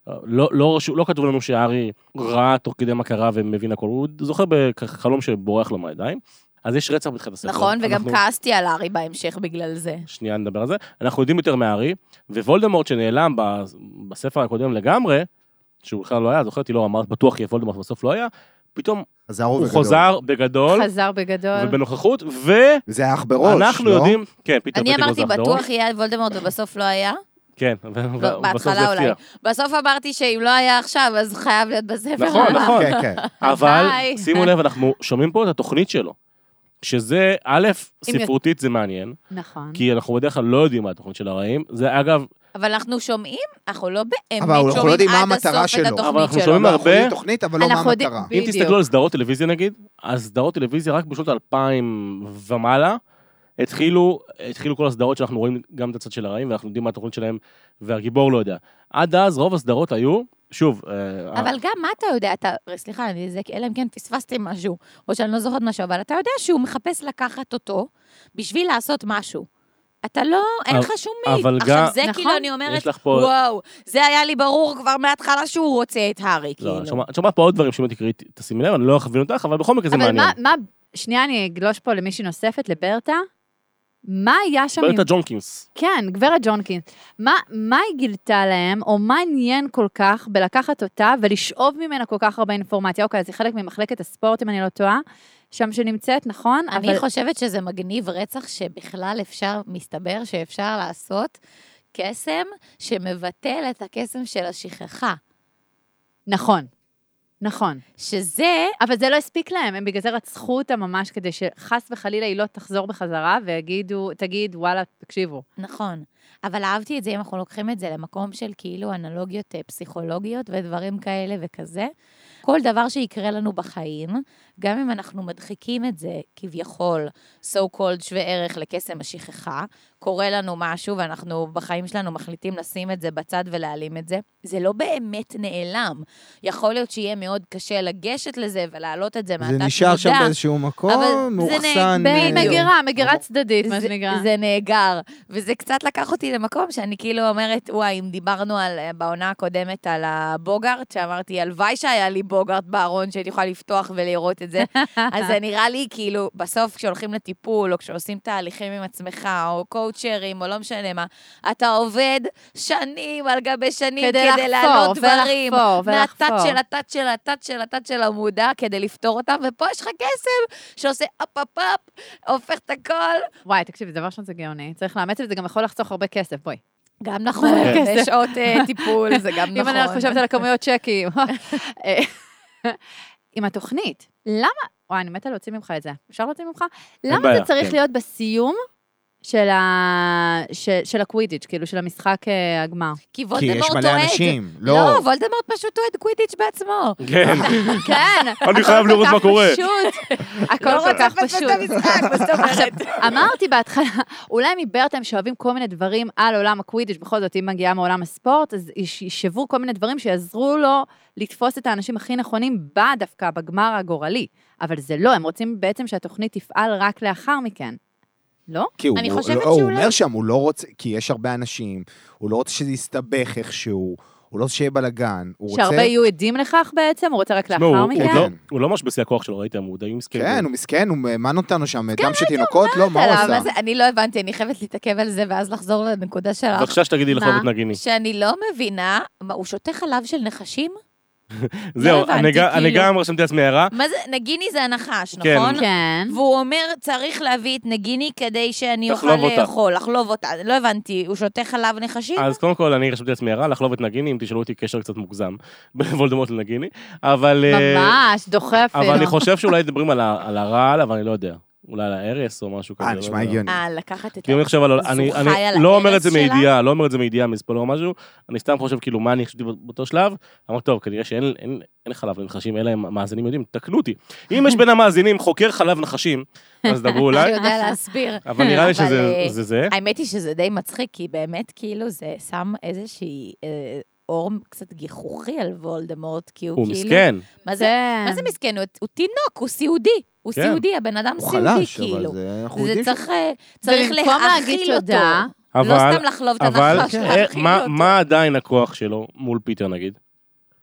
[SPEAKER 1] לא כתוב לנו שהארי ראה תוך כדי מה קרה ומבין הכל, הוא זוכר בחלום שבורח לו מהידיים. אז יש רצח בתחילת הספר.
[SPEAKER 4] נכון, וגם
[SPEAKER 1] אנחנו-
[SPEAKER 4] כעסתי על הארי בהמשך בגלל זה.
[SPEAKER 1] שנייה נדבר על זה. אנחנו יודעים יותר מהארי, ווולדמורט שנעלם בספר הקודם לגמרי, שהוא בכלל לא היה, זוכרתי, לא אמרת, בטוח יהיה וולדמורט, בסוף לא היה, פתאום הוא חוזר בגדול,
[SPEAKER 3] חזר בגדול.
[SPEAKER 1] ובנוכחות,
[SPEAKER 2] זה היה אח בראש,
[SPEAKER 1] ואנחנו
[SPEAKER 2] לא?
[SPEAKER 1] יודעים, כן, פיטר
[SPEAKER 4] אני
[SPEAKER 1] פטיגרו
[SPEAKER 4] אמרתי,
[SPEAKER 1] זה אח בראש.
[SPEAKER 4] בטוח יהיה וולדמורט ובסוף לא היה.
[SPEAKER 1] כן,
[SPEAKER 4] לא,
[SPEAKER 1] ובסוף
[SPEAKER 4] בהתחלה
[SPEAKER 1] זה
[SPEAKER 4] אולי.
[SPEAKER 1] הפתיע.
[SPEAKER 4] בסוף אמרתי שאם לא היה עכשיו, אז חייב להיות בספר.
[SPEAKER 1] נכון, נכון.
[SPEAKER 2] כן, כן.
[SPEAKER 1] אבל
[SPEAKER 3] היי.
[SPEAKER 1] שימו לב, אנחנו שומעים פה את התוכנית שלו, שזה, א', ספרותית זה מעניין,
[SPEAKER 3] נכון.
[SPEAKER 1] כי אנחנו בדרך כלל לא יודעים מה התוכנית של הרעים, זה אגב,
[SPEAKER 4] אבל אנחנו שומעים, אנחנו לא באמת
[SPEAKER 2] אבל אנחנו לא
[SPEAKER 4] שומעים
[SPEAKER 2] יודעים מה
[SPEAKER 4] עד
[SPEAKER 2] המטרה
[SPEAKER 4] הסוף את
[SPEAKER 2] שלו.
[SPEAKER 1] אבל
[SPEAKER 4] התוכנית
[SPEAKER 1] אנחנו
[SPEAKER 4] שלו.
[SPEAKER 1] שומעים
[SPEAKER 2] אנחנו
[SPEAKER 1] הרבה-
[SPEAKER 2] יודעים תוכנית, אבל לא מה
[SPEAKER 3] אנחנו יודעים-
[SPEAKER 2] המטרה.
[SPEAKER 1] אם
[SPEAKER 3] בדיוק.
[SPEAKER 1] תסתכלו על סדרות טלוויזיה נגיד, אז סדרות טלוויזיה רק בשנות 2000 ומעלה, התחילו כל הסדרות שאנחנו רואים גם את הצד של הרעים, ואנחנו יודעים מה התוכנית שלהם, והגיבור לא יודע. עד אז רוב הסדרות היו, שוב,
[SPEAKER 4] אבל גם מה אתה יודע, סליחה, אלא אם כן פספסתי משהו, או שאני לא זוכרת משהו, אבל אתה יודע שהוא מחפש לקחת אותו בשביל לעשות משהו. אתה לא, אין לך שום מעיד.
[SPEAKER 1] אבל
[SPEAKER 4] עכשיו,
[SPEAKER 1] גם-
[SPEAKER 4] זה
[SPEAKER 3] נכון.
[SPEAKER 4] כאילו אני אומרת,
[SPEAKER 1] יש לך פה...
[SPEAKER 4] וואו, זה היה לי ברור כבר מההתחלה שהוא רוצה את הארי,
[SPEAKER 1] לא,
[SPEAKER 4] כאילו.
[SPEAKER 1] את שומעת פה עוד דברים שאם תקראי, תשימי לב, אני לא אכווין אותך, אבל בכל מקרה זה
[SPEAKER 3] אבל
[SPEAKER 1] מעניין.
[SPEAKER 3] שנייה, אני אגלוש פה למישהי נוספת, לברטה. מה היה שם עם...
[SPEAKER 1] ברטה ג'ונקינס.
[SPEAKER 3] כן, גברת ג'ונקינס. מה היא גילתה להם, או מה עניין כל כך בלקחת אותה ולשאוב ממנה כל כך הרבה אינפורמציה? אוקיי, אז היא חלק ממחלקת הספורט, אם אני לא טועה, שם שנמצאת, נכון?
[SPEAKER 4] אני חושבת שזה מגניב רצח שבכלל אפשר, מסתבר שאפשר לעשות קסם שמבטל את הקסם של השכחה.
[SPEAKER 3] נכון, נכון.
[SPEAKER 4] שזה,
[SPEAKER 3] אבל זה לא הספיק להם, הם בגלל זה רצחו אותה ממש כדי שחס וחלילה היא לא תחזור בחזרה תגיד, וואלה, תקשיבו.
[SPEAKER 4] נכון. אבל אהבתי את זה, אם אנחנו לוקחים את זה למקום של כאילו אנלוגיות פסיכולוגיות ודברים כאלה וכזה. כל דבר שיקרה לנו בחיים, גם אם אנחנו מדחיקים את זה כביכול, so called שווה ערך לקסם השכחה, קורה לנו משהו ואנחנו בחיים שלנו מחליטים לשים את זה בצד ולהעלים את זה, זה לא באמת נעלם. יכול להיות שיהיה מאוד קשה לגשת לזה ולהעלות את זה מהתת מודע.
[SPEAKER 2] זה נשאר שם באיזשהו
[SPEAKER 4] אבל
[SPEAKER 2] מקום,
[SPEAKER 4] זה
[SPEAKER 2] מאוחסן.
[SPEAKER 3] מגירה צדדית, מה שנקרא.
[SPEAKER 4] זה נאגר, וזה קצת לקח אותי למקום שאני כאילו אומרת, וואי, אם דיברנו בעונה הקודמת על הבוגארט, שאמרתי, הלוואי שהיה לי בוגארט בארון, שהייתי יכולה לפתוח ולראות את זה, אז זה נראה לי כאילו, בסוף כשהולכים לטיפול, או כשעושים תהליכים עם עצמך, או קואוצ'רים, או לא משנה מה, אתה עובד שנים על גבי שנים כדי להעלות דברים, מהתת של התת של התת של התת של המודע, כדי לפתור אותם, ופה יש לך קסם שעושה אפ-אפ-אפ, הופך את הכל.
[SPEAKER 3] וואי, תקשיבי, דבר ראשון זה גאוני. צריך לאמץ את זה, גם יכול לחסוך הרבה כסף, בואי.
[SPEAKER 4] גם נכון, בשעות טיפול, זה גם נכון.
[SPEAKER 3] אם אני חושבת על הכמויות צ'קים. עם התוכנית, למה, וואי, אני מתה להוציא ממך את זה. אפשר להוציא ממך? למה
[SPEAKER 1] בעיה,
[SPEAKER 3] זה צריך
[SPEAKER 1] כן.
[SPEAKER 3] להיות בסיום של הקווידיץ', כאילו של המשחק הגמר?
[SPEAKER 4] כי
[SPEAKER 2] כי
[SPEAKER 4] וולדמורט
[SPEAKER 2] יש
[SPEAKER 4] אוהד.
[SPEAKER 2] מלא אנשים.
[SPEAKER 4] לא, וולדמורט פשוט אוהד קווידיץ' בעצמו.
[SPEAKER 1] כן,
[SPEAKER 3] כן.
[SPEAKER 1] אני חייב לראות מה קורה.
[SPEAKER 3] הכל כל כך פשוט.
[SPEAKER 4] עכשיו,
[SPEAKER 3] אמרתי בהתחלה, אולי מברטה הם שאוהבים כל מיני דברים על עולם הקווידיץ', בכל זאת, אם מגיעה מעולם הספורט, אז ישבו כל מיני דברים שיעזרו לו לתפוס את האנשים הכי נכונים דווקא בגמר הגורלי. אבל זה לא, הם רוצים בעצם שהתוכנית תפעל רק לאחר מכן. לא?
[SPEAKER 2] כי
[SPEAKER 4] אני חושבת
[SPEAKER 2] הוא
[SPEAKER 4] שאולי-
[SPEAKER 2] אומר שם, הוא לא רוצה, כי יש הרבה אנשים, הוא לא רוצה שזה יסתבך איכשהו, הוא לא רוצה שיהיה בלגן, הוא רוצה...
[SPEAKER 3] שהרבה יהיו עדים לכך בעצם, הוא רוצה רק
[SPEAKER 1] תשמעו,
[SPEAKER 3] לאחר
[SPEAKER 1] הוא
[SPEAKER 3] מכן?
[SPEAKER 1] לא- הוא לא ממש בשיא הכוח שלו, ראיתם, הוא די מסכן.
[SPEAKER 2] כן, הוא מסכן, הוא מן אותנו שם, דם של תינוקות, לא, מה הוא
[SPEAKER 4] עליו,
[SPEAKER 2] עשה?
[SPEAKER 4] מה זה? אני לא הבנתי, אני חייבת להתעכב על זה ואז לחזור לנקודה שלך.
[SPEAKER 1] בבקשה שתגידי
[SPEAKER 3] מה?
[SPEAKER 1] לחלוב את נגיני.
[SPEAKER 4] שאני לא מבינה, מה, הוא שותה חלב של נחשים?
[SPEAKER 1] זהו,
[SPEAKER 4] הבנתי,
[SPEAKER 1] אני
[SPEAKER 4] כאילו.
[SPEAKER 1] גם רשמתי לעצמי הערה.
[SPEAKER 4] מה זה, נגיני זה הנחש,
[SPEAKER 1] כן.
[SPEAKER 4] נכון?
[SPEAKER 3] כן.
[SPEAKER 4] והוא אומר, צריך להביא את נגיני כדי שאני אוכל
[SPEAKER 1] לחלוב אותה.
[SPEAKER 4] לאכול, לחלוב אותה. לא הבנתי, הוא שותה חלב נחשים?
[SPEAKER 1] אז קודם כל, אני רשמתי לעצמי הערה, לחלוב את נגיני, אם תשאלו אותי קשר קצת מוגזם, בין וולדמורט לנגיני, אבל...
[SPEAKER 3] ממש, דוחה אפילו.
[SPEAKER 1] אבל אני חושב שאולי מדברים על הרעל, אבל אני לא יודע. אולי על ההרס או משהו כזה. לא
[SPEAKER 2] נשמע
[SPEAKER 1] יודע.
[SPEAKER 2] הגיוני.
[SPEAKER 4] לקחת את
[SPEAKER 1] כי אני חושב, אני
[SPEAKER 4] אז הוא חי על
[SPEAKER 1] לא אומר את זה
[SPEAKER 4] ההרס שלה?
[SPEAKER 1] מידיעה, לא אומר את זה מידיעה, מספולר או משהו, אני סתם חושב כאילו מה אני חשבתי באותו שלב, אמרתי, טוב, כנראה שאין חלב לנחשים, אלא הם מאזינים יודעים, תקנו אותי. אם יש בין המאזינים חוקר חלב נחשים, אז דברו אולי,
[SPEAKER 4] שיודע להסביר.
[SPEAKER 1] אבל נראה לי
[SPEAKER 4] אבל,
[SPEAKER 1] שזה זה.
[SPEAKER 4] האמת היא שזה די מצחיק, כי באמת כאילו זה שם איזושהי אור קצת גיחוכי על וולדמורט, כי הוא
[SPEAKER 1] הוא
[SPEAKER 4] כאילו...
[SPEAKER 1] מסכן.
[SPEAKER 4] מה זה מסכן? הוא תינוק, הוא סיעודי. הוא
[SPEAKER 1] כן.
[SPEAKER 4] סיעודי, הבן אדם
[SPEAKER 2] הוא
[SPEAKER 4] סיעודי,
[SPEAKER 2] חלש,
[SPEAKER 4] כאילו.
[SPEAKER 2] אבל זה, אנחנו
[SPEAKER 4] זה
[SPEAKER 2] יודעים
[SPEAKER 4] צריך
[SPEAKER 3] ובמקום להגיד
[SPEAKER 4] להאכיל אותו.
[SPEAKER 3] תודה,
[SPEAKER 4] לא
[SPEAKER 1] אבל,
[SPEAKER 4] סתם לחלוב את
[SPEAKER 1] אבל,
[SPEAKER 4] הנחש,
[SPEAKER 1] אה,
[SPEAKER 4] להאכיל אותו.
[SPEAKER 1] מה עדיין הכוח שלו מול פיטר נגיד?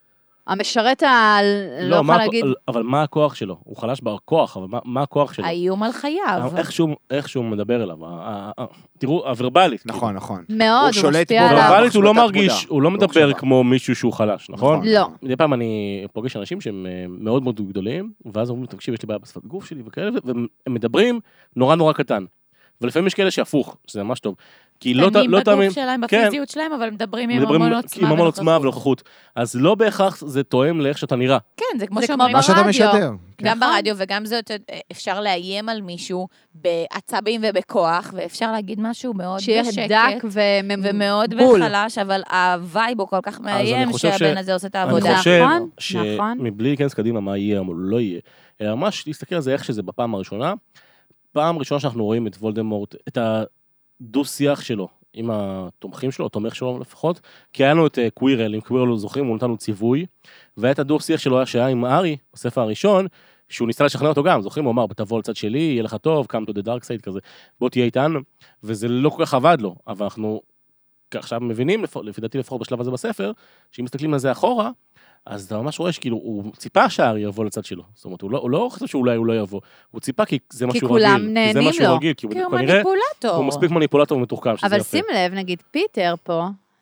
[SPEAKER 3] המשרת לא יכולה להגיד...
[SPEAKER 1] אבל מה הכוח שלו? הוא חלש בכוח, אבל מה הכוח שלו?
[SPEAKER 4] האיום על חייו.
[SPEAKER 1] איך שהוא מדבר אליו. תראו, הוורבלית.
[SPEAKER 2] נכון, נכון.
[SPEAKER 3] מאוד, הוא משפיע עליו.
[SPEAKER 1] וורבלית הוא לא מרגיש, הוא לא מדבר כמו מישהו שהוא חלש, נכון?
[SPEAKER 3] לא.
[SPEAKER 1] מדי פעם אני פוגש אנשים שהם מאוד מאוד גדולים, ואז אומרים, תקשיב, יש לי בעיה בשפת גוף שלי וכאלה, והם מדברים נורא נורא קטן. ולפעמים יש כאלה שהפוך, שזה ממש טוב. כי לא תאמין...
[SPEAKER 4] בגוף שלהם, בפיזיות שלהם, אבל מדברים עם המון
[SPEAKER 1] עוצמה ונוכחות. אז לא בהכרח זה תואם לאיך שאתה נראה.
[SPEAKER 4] כן, זה כמו שאומרים
[SPEAKER 2] מה שאתה משדר.
[SPEAKER 4] גם ברדיו וגם זה, אפשר לאיים על מישהו בעצבים ובכוח, ואפשר להגיד משהו מאוד בשקט, ומאוד בחלש, אבל הווייב הוא כל כך מאיים, שהבן הזה עושה את העבודה.
[SPEAKER 1] אני חושב שמבלי להיכנס קדימה מה יהיה או לא יהיה, אלא ממש להסתכל על זה איך שזה בפעם הראשונה, פעם ראשונה שאנחנו רואים את וולדמורט, את הדו-שיח שלו, עם התומכים שלו, התומך שלו לפחות, כי היה לנו את קווירל, אם קווירל לא זוכרים, הוא נתן לו ציווי, והיה את הדו-שיח שלו שהיה עם הארי, בספר הראשון, שהוא ניסה לשכנע אותו גם, זוכרים, הוא אמר, תבוא לצד שלי, יהיה לך טוב, come to the dark side כזה, בוא תהיה איתן, וזה לא כל כך עבד לו, אבל אנחנו עכשיו מבינים, לפי דעתי לפחות בשלב הזה בספר, שאם מסתכלים על זה אחורה, אז אתה ממש רואה שכאילו, הוא ציפה שהארי יבוא לצד שלו. זאת אומרת, הוא לא חושב שאולי הוא לא יבוא. הוא ציפה כי זה מה שהוא רגיל.
[SPEAKER 3] כי כולם נהנים לו.
[SPEAKER 4] כי הוא מניפולטור.
[SPEAKER 1] הוא מספיק מניפולטור ומתוחכם, שזה יפה.
[SPEAKER 3] אבל שים לב, נגיד, פיטר פה,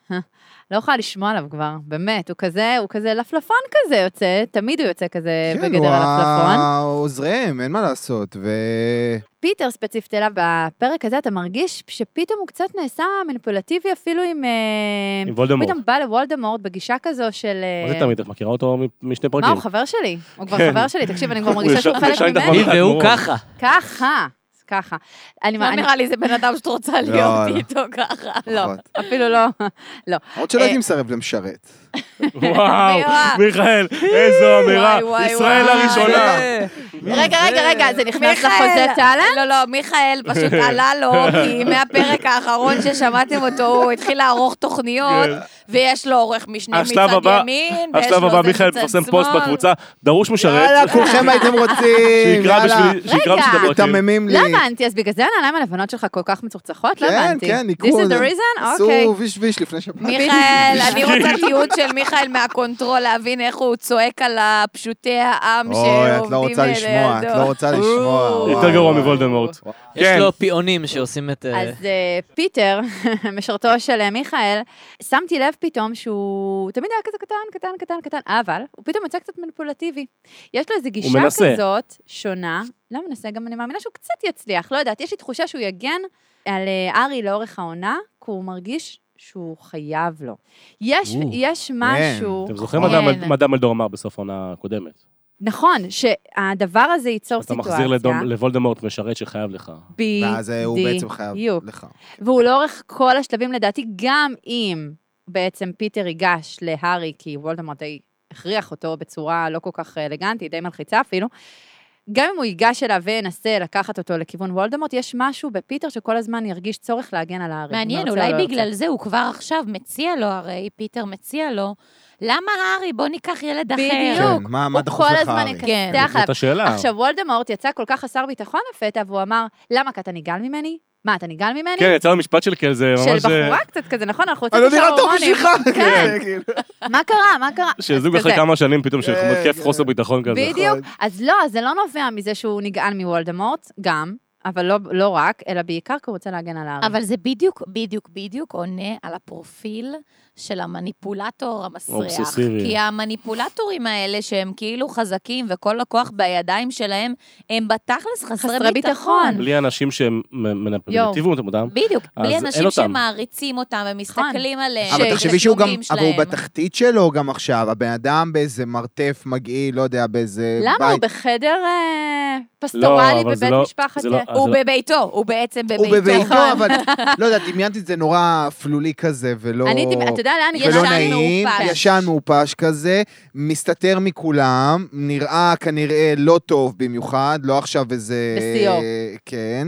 [SPEAKER 3] לא יכולה לשמוע עליו כבר, באמת, הוא כזה לפלפון כזה יוצא, תמיד הוא יוצא כזה בגדר הלפלפון.
[SPEAKER 2] כן, הוא עוזרם, אין מה לעשות,
[SPEAKER 3] פיטר ספציפית אליו, בפרק הזה אתה מרגיש שפתאום הוא קצת נעשה מניפולטיבי אפילו עם
[SPEAKER 1] וולדמורט.
[SPEAKER 3] פתאום בא לוולדמורט בגישה כזו של...
[SPEAKER 1] מה זה תמיד? את מכירה אותו משני פרקים?
[SPEAKER 3] מה, הוא חבר שלי. הוא כבר חבר שלי, תקשיב, אני כבר מרגישה שהוא חלק ממני.
[SPEAKER 5] והוא ככה.
[SPEAKER 3] ככה.
[SPEAKER 4] לא נראה לי זה בן אדם שאת רוצה להיות איתו ככה.
[SPEAKER 3] לא, אפילו לא.
[SPEAKER 2] עוד שלא הייתי מסרב למשרת.
[SPEAKER 1] וואו, מיכאל, איזו אמירה, ישראל הראשונה.
[SPEAKER 3] רגע, זה נכנס לחוזה טאלנט?
[SPEAKER 4] לא, מיכאל פשוט עלה לו, כי מהפרק האחרון ששמעתם אותו, הוא התחיל לערוך תוכניות, ויש לו עורך משנה מצד ימין,
[SPEAKER 1] השלב הבא, מיכאל מפרסם פוסט בקבוצה, דרוש משרת.
[SPEAKER 2] יאללה, כולכם הייתם רוצים, יאללה.
[SPEAKER 1] שיקרא בשביל הפרקים.
[SPEAKER 2] מתממים לי.
[SPEAKER 3] לא הבנתי, אז בגלל זה הנעליים הלבנות שלך כל כך מצוחצחות? לא הבנתי.
[SPEAKER 2] כן,
[SPEAKER 3] This is the reason? אוקיי.
[SPEAKER 2] עשו ויש לפני שבת.
[SPEAKER 4] מיכאל, אני רוצה תיעוד של מיכאל מהקונטרול, להבין איך הוא צועק על פשוטי העם
[SPEAKER 2] את לא רוצה לשמוע, את לא רוצה לשמוע.
[SPEAKER 1] יותר גרוע מוולדמורט.
[SPEAKER 5] יש לו פיונים שעושים את...
[SPEAKER 3] אז פיטר, משרתו של מיכאל, שמתי לב פתאום שהוא תמיד היה כזה קטן, אבל הוא פתאום יוצא קצת מניפולטיבי. יש לו איזו גישה כזאת שונה, לא מנסה, גם אני מאמינה שהוא קצת יצליח, לא יודעת, יש לי תחושה שהוא יגן על הארי לאורך העונה, כי הוא מרגיש שהוא חייב לו. יש משהו...
[SPEAKER 1] אתם זוכרים מה דמבלדור אמר בסוף העונה הקודמת?
[SPEAKER 3] נכון, שהדבר הזה ייצור סיטואציה.
[SPEAKER 1] אתה מחזיר לוולדמורט משרת שחייב לך.
[SPEAKER 2] ואז הוא בעצם חייב לך.
[SPEAKER 3] והוא לאורך כל השלבים לדעתי, גם אם בעצם פיטר ייגש להארי, כי וולדמורט הכריח אותו בצורה לא כל כך אלגנטית, די מלחיצה אפילו, גם אם הוא ייגש אליו וינסה לקחת אותו לכיוון וולדמורט, יש משהו בפיטר שכל הזמן ירגיש צורך להגן על הארי.
[SPEAKER 4] מעניין, אולי בגלל זה הוא כבר עכשיו מציע לו, הרי פיטר מציע לו, למה הארי? בוא ניקח ילד אחר.
[SPEAKER 3] בדיוק.
[SPEAKER 2] מה דחוף לך, הארי?
[SPEAKER 3] הוא כל הזמן יכסתח עליו. עכשיו, וולדמורט יצא כל כך חסר ביטחון לפתע, והוא אמר, למה, אתה ניגל ממני? מה, אתה ניגל ממני?
[SPEAKER 1] כן, יצא למשפט של כאלה, זה ממש...
[SPEAKER 3] של בחורה קצת כזה, נכון? אנחנו
[SPEAKER 2] אני לא נראה טוב בשבילך.
[SPEAKER 3] כן. מה קרה?
[SPEAKER 1] שזוג אחרי כמה שנים פתאום שכיף חוסר ביטחון כזה.
[SPEAKER 3] בדיוק. אז לא, זה לא נובע מזה שהוא נגעל מוולדמורט, גם. אבל לא רק, אלא בעיקר כי הוא רוצה להגן על הארי.
[SPEAKER 4] אבל זה בדיוק עונה על הפרופיל של המניפולטור המסריח.
[SPEAKER 1] אובססיבי.
[SPEAKER 4] כי המניפולטורים האלה שהם כאילו חזקים וכל הכוח בידיים שלהם, הם בתכלס חסרי ביטחון.
[SPEAKER 1] בלי אנשים שהם מנפלטיביים אותם.
[SPEAKER 4] בדיוק, בלי אנשים שמעריצים אותם ומסתכלים עליהם.
[SPEAKER 2] אבל תחשבי שהוא גם, אבל הוא בתחתית שלו גם עכשיו, הבן אדם באיזה מרתף מגעיל, לא יודע, באיזה בית.
[SPEAKER 3] למה? הוא בחדר פסטורלי בבית משפחת...
[SPEAKER 4] הוא בביתו, הוא בעצם בביתו.
[SPEAKER 2] הוא בביתו, אבל לא יודע, דמיינתי את זה נורא פלולי כזה, ולא...
[SPEAKER 3] אתה יודע לאן
[SPEAKER 2] ולא נעים, ישן מעופש כזה, מסתתר מכולם, נראה כנראה לא טוב במיוחד, לא עכשיו איזה...
[SPEAKER 3] בסיור.
[SPEAKER 2] כן,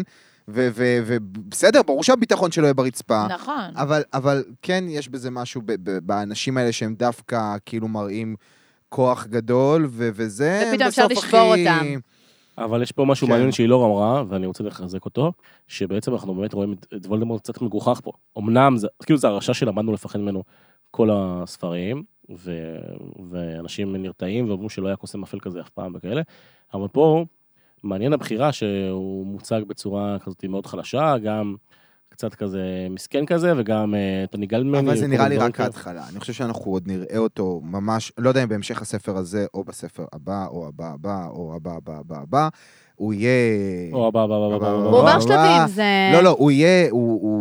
[SPEAKER 2] ובסדר, ברור שהביטחון שלו יהיה ברצפה.
[SPEAKER 4] נכון.
[SPEAKER 2] אבל כן יש בזה משהו באנשים האלה שהם דווקא כאילו מראים כוח גדול, וזה
[SPEAKER 3] ופתאום אפשר לשבור אותם.
[SPEAKER 1] אבל יש פה משהו מעניין שהיא לא אמרה, ואני רוצה לחזק אותו, שבעצם אנחנו באמת רואים את וולדמורט קצת מגוחך פה. אמנם, כאילו זה הרשע שלמדנו לפחד ממנו כל הספרים, ואנשים נרתעים ואומרים שלא היה קוסם אפל כזה אף פעם וכאלה, אבל פה מעניין הבחירה שהוא מוצג בצורה כזאת מאוד חלשה, גם קצת כזה מסכן כזה, וגם אתה ניגל ממני.
[SPEAKER 2] אבל זה נראה לי רק ההתחלה. אני חושב שאנחנו עוד נראה אותו ממש, לא יודע אם בהמשך הספר הזה, או בספר הבא, או הבא הבא, או הבא, הוא יהיה...
[SPEAKER 1] או הבא.
[SPEAKER 3] הוא עובר שלבים, זה...
[SPEAKER 2] לא, הוא יהיה,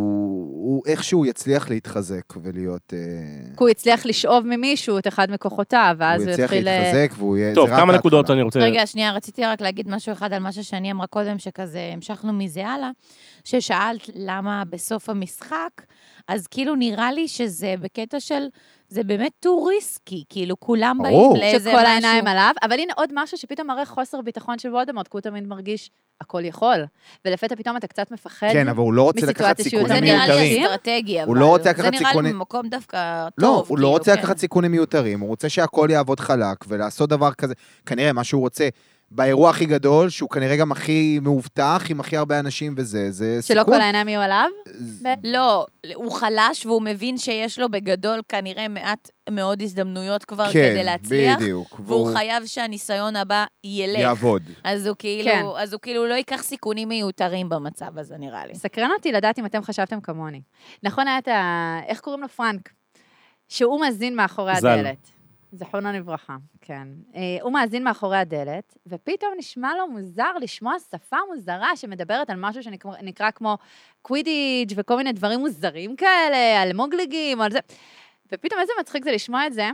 [SPEAKER 2] הוא איכשהו יצליח להתחזק ולהיות...
[SPEAKER 3] הוא יצליח לשאוב ממישהו את אחד מכוחותיו, ואז הוא
[SPEAKER 2] יצליח
[SPEAKER 3] יתחיל...
[SPEAKER 2] להתחזק, והוא יהיה...
[SPEAKER 1] טוב, כמה נקודות אני רוצה...
[SPEAKER 4] רגע, שנייה, רציתי רק להגיד משהו אחד על משהו שאני אמרה קודם, שכזה המשכנו מזה הלאה, ששאלת למה בסוף המשחק, אז כאילו נראה לי שזה בקטע של... זה באמת טוריסקי, כאילו כולם באים לאיזה משהו.
[SPEAKER 3] שכל העיניים עליו, אבל הנה עוד משהו שפתאום מראה חוסר ביטחון של וולדמורט, כי הוא תמיד מרגיש הכל יכול, ולפתע פתאום אתה קצת מפחד.
[SPEAKER 2] כן, אבל הוא לא רוצה לקחת סיכונים
[SPEAKER 4] זה נראה לי
[SPEAKER 2] מיותרים.
[SPEAKER 4] אסטרטגי, אבל
[SPEAKER 2] הוא לא רוצה לקחת
[SPEAKER 4] זה נראה לי
[SPEAKER 2] סיכונים...
[SPEAKER 4] במקום דווקא טוב.
[SPEAKER 2] לא, הוא לא רוצה
[SPEAKER 4] כן.
[SPEAKER 2] לקחת סיכונים מיותרים, הוא רוצה שהכל יעבוד חלק, ולעשות דבר כזה, כנראה מה שהוא רוצה, באירוע הכי גדול, שהוא כנראה גם הכי מאובטח, עם הכי הרבה אנשים וזה, זה סיכון.
[SPEAKER 3] שלא כל העיניים יהיו עליו?
[SPEAKER 4] לא, הוא חלש והוא מבין שיש לו בגדול כנראה מעט מאוד הזדמנויות כבר כדי להצליח.
[SPEAKER 2] כן, בדיוק.
[SPEAKER 4] והוא חייב שהניסיון הבא ילך.
[SPEAKER 2] יעבוד.
[SPEAKER 4] אז הוא כאילו לא ייקח סיכונים מיותרים במצב הזה, נראה לי.
[SPEAKER 3] סקרן אותי לדעת אם אתם חשבתם כמוני. נכון היה איך קוראים לו פרנק? שהוא מאזין מאחורי הדלת. זכרונו לברכה, כן. הוא מאזין מאחורי הדלת, ופתאום נשמע לו מוזר לשמוע שפה מוזרה שמדברת על משהו שנקרא כמו קווידיץ' וכל מיני דברים מוזרים כאלה, על מוגליגים, על זה. ופתאום איזה מצחיק זה לשמוע את זה,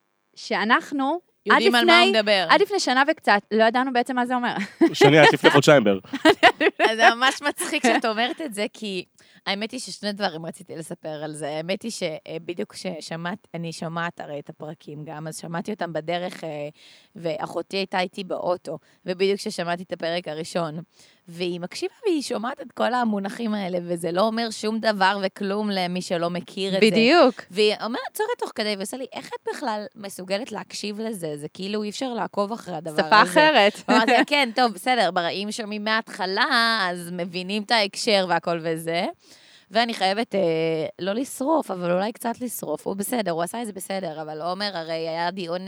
[SPEAKER 3] שאנחנו,
[SPEAKER 4] יודעים על מה הוא מדבר.
[SPEAKER 3] עד לפני שנה וקצת, לא ידענו בעצם מה זה אומר.
[SPEAKER 1] שני, עד לפני חודשיים בערך.
[SPEAKER 4] אז זה ממש מצחיק שאת אומרת את זה, כי האמת היא ששני דברים רציתי לספר על זה. האמת היא שבדיוק אני שומעת הרי את הפרקים גם, אז שמעתי אותם בדרך, ואחותי הייתה איתי באוטו, ובדיוק כששמעתי את הפרק הראשון, והיא מקשיבה והיא שומעת את כל המונחים האלה, וזה לא אומר שום דבר וכלום למי שלא מכיר את זה.
[SPEAKER 3] בדיוק.
[SPEAKER 4] והיא אומרת, צורת תוך כדי, ועושה לי, איך את בכלל מסוגלת להקשיב לזה? זה כאילו אי אפשר לעקוב אחרי הדבר הזה.
[SPEAKER 3] שפה אחרת.
[SPEAKER 4] אמרתי, כן, טוב, בסדר, אם שומעים מההתחלה, אז מבינים את ההקשר והכל וזה. ואני חייבת לא לשרוף, אבל אולי קצת לשרוף. הוא בסדר, הוא עשה את זה בסדר, אבל עומר, הרי היה דיון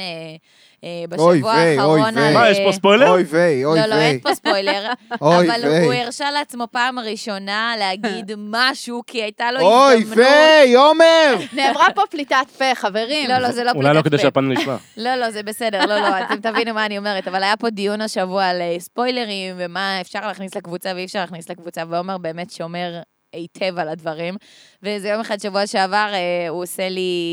[SPEAKER 4] בשבוע האחרון על...
[SPEAKER 1] מה, יש פה ספוילר?
[SPEAKER 2] אוי ויי, אוי ויי.
[SPEAKER 4] לא, אין פה ספוילר. אבל הוא הרשה לעצמו פעם ראשונה להגיד משהו, כי הייתה לו הזדמנות.
[SPEAKER 2] אוי ויי, עומר!
[SPEAKER 3] נאמרה פה פליטת פה, חברים.
[SPEAKER 4] לא, זה לא פליטת פה.
[SPEAKER 1] אולי לא כדי שהפאנל נשמע.
[SPEAKER 4] לא, זה בסדר, לא, אתם תבינו מה אני אומרת, אבל היה פה דיון השבוע על ספוילרים, ומה אפשר להכניס לקבוצה ואי אפשר להכניס לקבוצה, ועומר באמת שומר היטב על הדברים, וזה יום אחד שבוע שעבר, הוא עושה